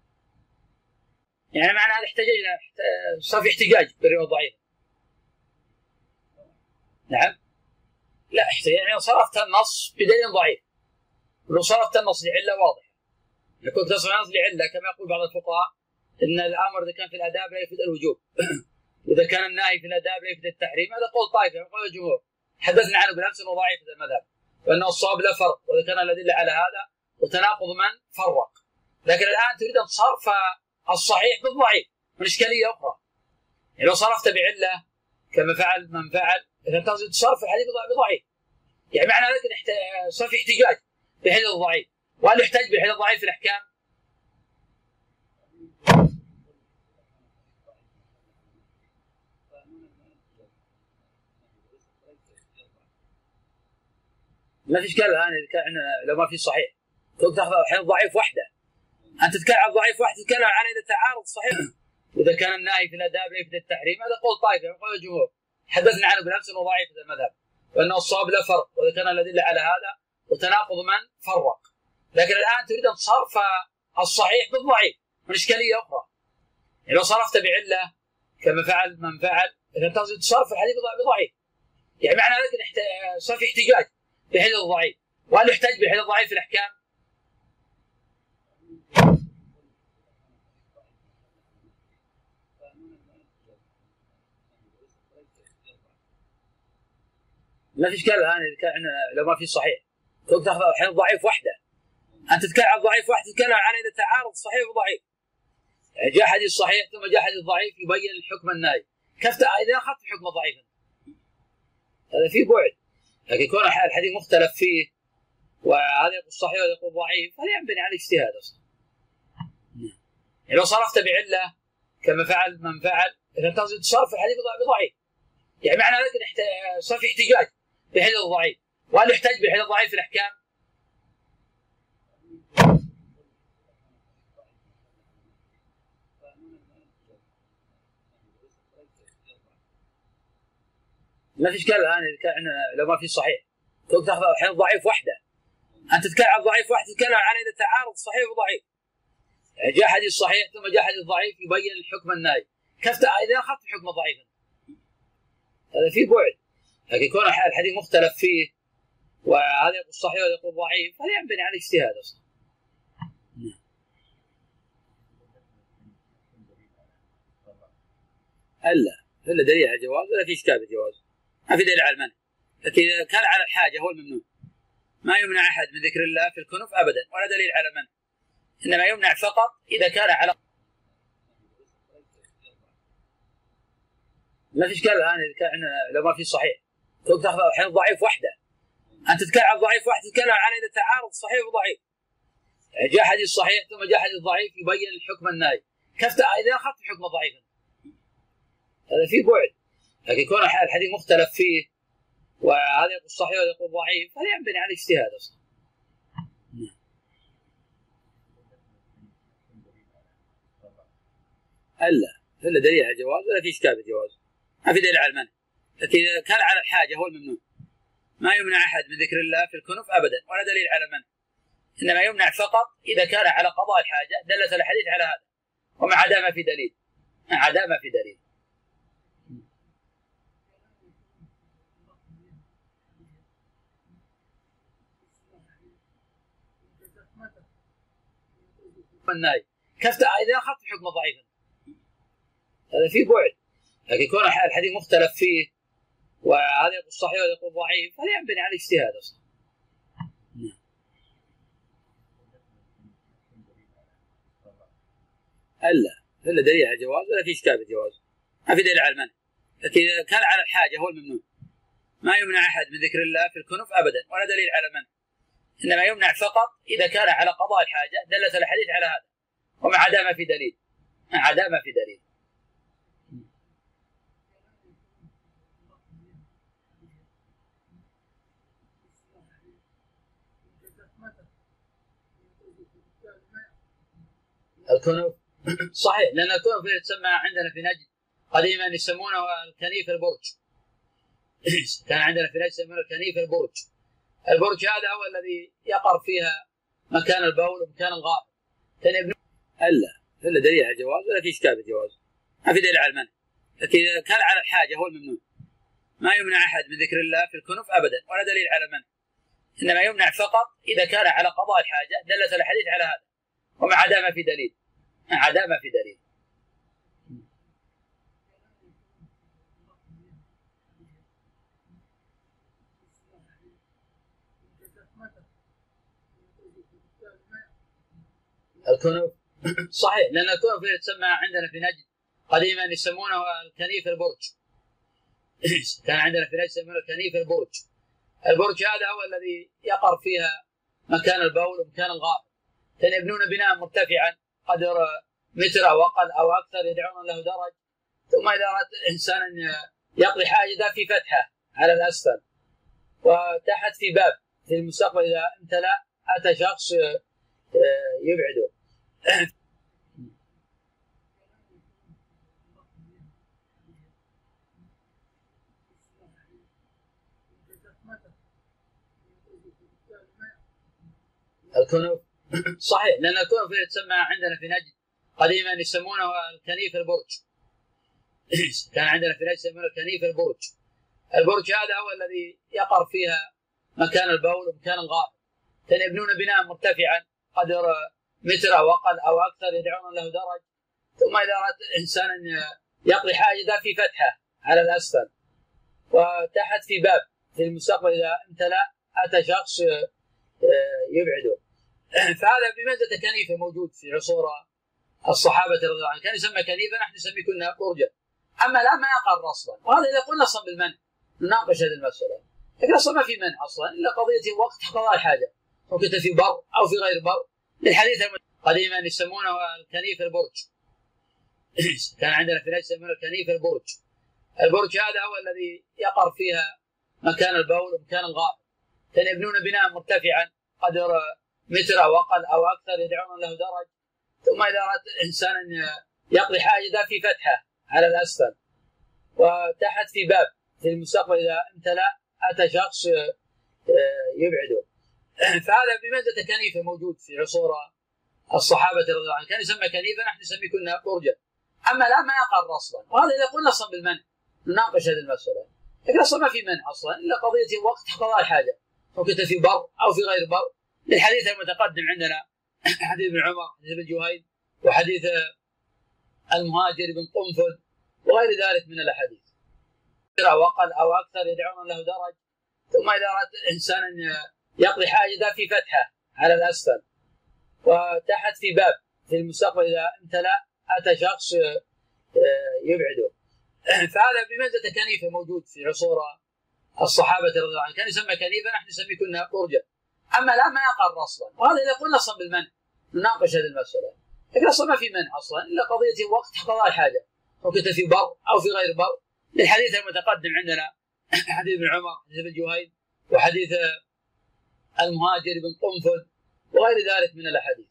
Speaker 2: يعني معنى هذا احتججنا، صار في احتجاج بالروايه الضعيفه. نعم. لا يعني صرفت النص بدليل ضعيف، لو صرفت النص لعله واضحه لكن تصرف النص لعله كما يقول بعض الفقهاء ان الامر اذا كان في الاداب لا يفيد الوجوب واذا كان النهي في الاداب لا يفيد التحريم. هذا قول طائفه من قول الجمهور حدثنا عنه بنفس انه ضعيف في المذهب، وانه الصواب لا فرق، واذا كان الادله على هذا وتناقض من فرق. لكن الان تريد ان تصرف الصحيح بالضعيف من اشكاليه اخرى. يعني لو صرفت بعله كما فعل من فعل، اذا تقصد تصرف الحديث بضعيف، يعني معنى ذلك صار في احتجاج بحديث الضعيف. وهل يحتج بحديث الضعيف في الاحكام؟ ما في اشكال الان اذا كان لو ما في صحيح كنت تاخذ الحديث ضعيف وحده، انت تتكلم عن ضعيف واحد تتكلم عن اذا تعارض صحيح واذا كان النهي في الاداب لا يفيد التحريم. هذا قول طائفه من قول الجمهور حدثنا عنه بنفس انه ضعيف في المذهب، وانه الصواب لا فرق، واذا كان الادله على هذا وتناقض من فرق. لكن الان تريد ان تصرف الصحيح بالضعيف من اشكاليه اخرى. يعني لو صرفت بعله كما فعل من فعل، اذا تقصد تصرف الحديث بضعيف، يعني معنى ذلك صار في احتجاج بحديث الضعيف. وهل يحتج بحديث الضعيف في الاحكام؟ ما في اشكال الان اذا كان لو ما في صحيح كنت تاخذ الحديث ضعيف وحده، انت تتكلم عن ضعيف واحد تتكلم عن اذا تعارض صحيح وضعيف. يعني جاء حديث صحيح ثم جاء حديث ضعيف يبين الحكم النهي، كيف اذا اخذت حكم ضعيفا؟ هذا في بعد. لكن يكون الحديث مختلف فيه وهذا يقول صحيح وهذا يقول ضعيف، هذا ينبني على الاجتهاد اصلا. يعني لو صرفت بعله كما فعل من فعل، اذا تقصد تصرف الحديث بضعيف، يعني معنى ذلك صار في احتجاج بحديث الضعيف. وهل يحتج بحديث الضعيف في الاحكام؟ ما في اشكال الان اذا كان لو ما في صحيح كنت تاخذ الحديث ضعيف وحده، انت تتكلم عن ضعيف واحد تتكلم عن اذا تعارض صحيح وضعيف. يعني جاء حديث صحيح ثم جاء حديث ضعيف يبين الحكم النهي، كيف اذا اخذت حكم ضعيفا؟ هذا في بعد. لكن يكون الحديث مختلف فيه وهذا يقول صحيح وهذا يقول ضعيف، هذا ينبني على الاجتهاد اصلا. الا إلا دليل على الجواز ولا في إشكال بالجواز، ما في دليل على المنع. لكن إذا كان على الحاجة هو الممنوع. ما يمنع أحد من ذكر الله في الكنف أبدا، ولا دليل على المنع، إنما يمنع فقط إذا كان على. ما في إشكال الآن إذا كان لو ما في صحيح تاخذ الحين ضعيف وحده. أنت تتكلم عن ضعيف واحد، تتكلم عن إذا تعارض صحيح وضعيف. جاء حديث صحيح ثم جاء حديث ضعيف يبين الحكم النهي، كيف إذا أخذت حكم ضعيفا؟ هذا في بعد. لكن يكون الحديث مختلف فيه وهذا يقول صحيح وهذا يقول ضعيف، هذا ينبني على اجتهاد أصلا. إلا دليل على الجواز ولا في إشكال بالجواز، ما في دليل على المنع. لكن إذا كان على الحاجة هو الممنوع. ما يمنع أحد من ذكر الله في الكنف أبدا، ولا دليل على المنع، إنما يمنع فقط إذا كان على قضاء الحاجة. دلت الحديث على هذا، ومع عدا ما في دليل، مع عدا ما في دليل. النهي كيف إذا أخذت حكم ضعيفا؟ هذا في بعد. لكن يكون الحديث مختلف فيه وهذا يقول صحيح وهذا يقول ضعيف، هذا ينبني على اجتهاد أصلا. إلا دليل على الجواز ولا في إشكال بالجواز، ما في دليل على المنع. لكن إذا كان على الحاجة هو الممنوع. ما يمنع أحد من ذكر الله في الكنف أبدا، ولا دليل على المنع، إنما يمنع فقط إذا كان على قضاء الحاجة. دلت الحديث على هذا، ومع عدا ما في دليل، مع عدا ما في دليل. الكنف صحيح، لأن الكنف تسمى عندنا في نجد قديما يسمونه الكنيف البرج. كان عندنا في نجد يسمونه الكنيف البرج. البرج هذا هو الذي يقر فيها مكان البول ومكان الغائط. إلا دليل على الجواز ولا في إشكال بالجواز، ما في دليل على المنع. لكن إذا كان على الحاجة هو الممنوع. ما يمنع أحد من ذكر الله في الكنف أبدا، ولا دليل على المنع، إنما يمنع فقط إذا كان على قضاء الحاجة. دلت الحديث على هذا، ومع عدا ما في دليل، مع عدا ما في دليل. الكنف صحيح، لأن الكنف تسمى عندنا في نجد قديما يسمونه الكنيف البرج. كان عندنا في نجد يسمونه الكنيف البرج. البرج هذا هو الذي يقر فيها مكان البول ومكان الغائط. كانوا يبنون بناء مرتفعا قدر متر أو أقل أو أكثر، يدعون له درج، ثم إذا أراد الإنسان أن يقضي حاجته في فتحة على الأسفل، وتحت في باب في المستقبل إذا امتلأ أتى شخص يبعده. الكنف صحيح، لأن الكنف تسمى عندنا في نجد قديما يسمونه الكنيف البرج. كان عندنا في نجد يسمونه الكنيف البرج. البرج هذا هو الذي يقر فيها مكان البول ومكان الغائط. كانوا يبنون بناء مرتفعا قدر متر أو أقل أو أكثر، يدعون له درج، ثم إذا أراد الإنسان أن يقضي حاجته في فتحة على الأسفل، وتحت في باب في المستقبل إذا امتلأ أتى شخص يبعده. فهذا بمنزلة كنيفة موجود في عصور الصحابة رضي الله عنهم، كان يسمى كنيفة، نحن نسميه كنا برجا. أما الآن ما يقر أصلا، وهذا إذا قلنا أصلا بالمنع نناقش هذه المسألة، لكن أصلا ما في منع أصلا إلا قضية وقت قضاء الحاجة، ممكن في بر أو في غير بر. للحديث قديما يسمونه الكنيف البرج. كان عندنا في نجد يسمونه الكنيف البرج. البرج هذا هو الذي يقر فيها مكان البول ومكان الغائط. كانوا يبنون بناء مرتفعا قدر متر أو أقل أو أكثر، يدعون له درج، ثم إذا أراد الإنسان أن يقضي حاجته في فتحة على الأسفل، وتحت في باب في المستقبل إذا امتلأ أتى شخص يبعده. فهذا بمنزلة كنيفة موجود في عصور الصحابة رضي الله عنهم، كان يسمى كنيفة، نحن نسميه كنا برجا. أما الآن ما يقر أصلا، وهذا إذا قلنا أصلا بالمنع نناقش هذه المسألة، لكن أصلا ما في منع أصلا إلا قضية وقت قضاء الحاجة، ممكن في بر أو في غير بر. للحديث المتقدم عندنا حديث ابن عمر، حديث ابن جهيد، وحديث المهاجر بن قنفذ، وغير ذلك من الأحاديث. أو أقل أو أكثر يدعون له درج، ثم إذا أراد الإنسان أن يقضي حاجة في فتحة على الأسفل وتحت في باب في المستقبل، إذا امتلأ أتى شخص يبعده. فهذا بمنزلة كنيفة موجود في عصور الصحابة رضي الله عنهم، كان يسمى كنيفة، نحن نسميه كنا برجا. أما الآن ما يقر أصلا، وهذا إذا قلنا أصلا بالمنع نناقش هذه المسألة، لكن أصلا ما في منع أصلا إلا قضية وقت قضاء الحاجة، وكنت في بر أو في غير بر، للحديث المتقدم عندنا حديث ابن عمر، حديث ابن جهيد، وحديث المهاجر بن قنفذ وغير ذلك من الأحاديث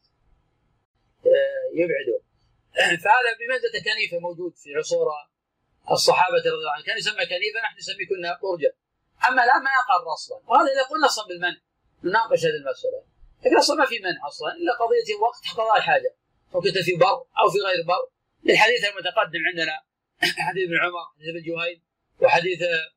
Speaker 2: يبعده. فهذا بمنزلة كنيفة موجود في عصور الصحابة رضي الله عنهم، كان يسمى كنيفة، نحن نسميه كنا برجا. أما الآن ما يقر أصلا، وهذا إذا قلنا أصلا بالمنع نناقش هذه المسألة، لكن أصلا ما في منع أصلا إلا قضية وقت قضاء الحاجة، وكنت في بر أو في غير بر، للحديث المتقدم عندنا حديث ابن عمر، حديث ابن جهيد، وحديث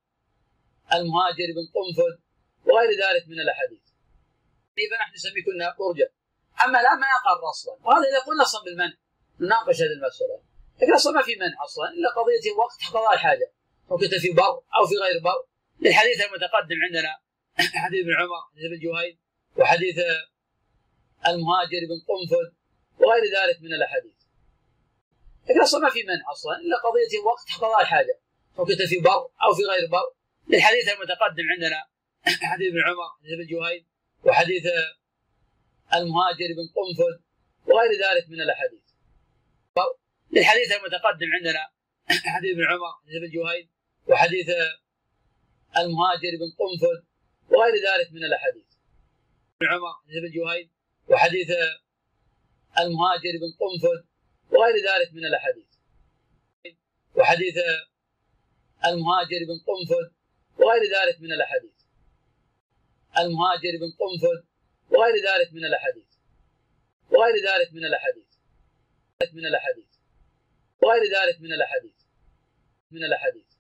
Speaker 2: المهاجر بن قنفذ وغير ذلك من الأحاديث. فنحن نسميه كنا برجا. أما الآن ما يقر أصلا، وهذا إذا قلنا أصلا بالمنع نناقش هذه المسألة، لكن أصلا ما في منع أصلا إلا قضية وقت قضاء الحاجة، وكنت في بر أو في غير بر، للحديث المتقدم عندنا حديث ابن عمر، حديث ابن جهيد، وحديث المهاجر بن قنفذ وغير ذلك من الأحاديث. لكن أصلا ما في منع أصلا إلا قضية وقت قضاء الحاجة، وكنت في بر أو في غير بر، للحديث المتقدم عندنا حديث ابن عمر، حديث ابن جهيد، وحديث المهاجر بن قنفذ وغير ذلك من الأحاديث. للحديث المتقدم عندنا حديث ابن عمر، حديث ابن جهيد، وحديث المهاجر بن قنفذ وغير ذلك من الأحاديث. ابن عمر، حديث ابن جهيد، وحديث المهاجر بن قنفذ وغير ذلك من الأحاديث. وحديث المهاجر بن قنفذ وغير ذلك من الأحاديث. المهاجر بن قنفذ وغير ذلك من الأحاديث. وغير ذلك من الأحاديث. من الأحاديث. وغير ذلك من الأحاديث. من الأحاديث.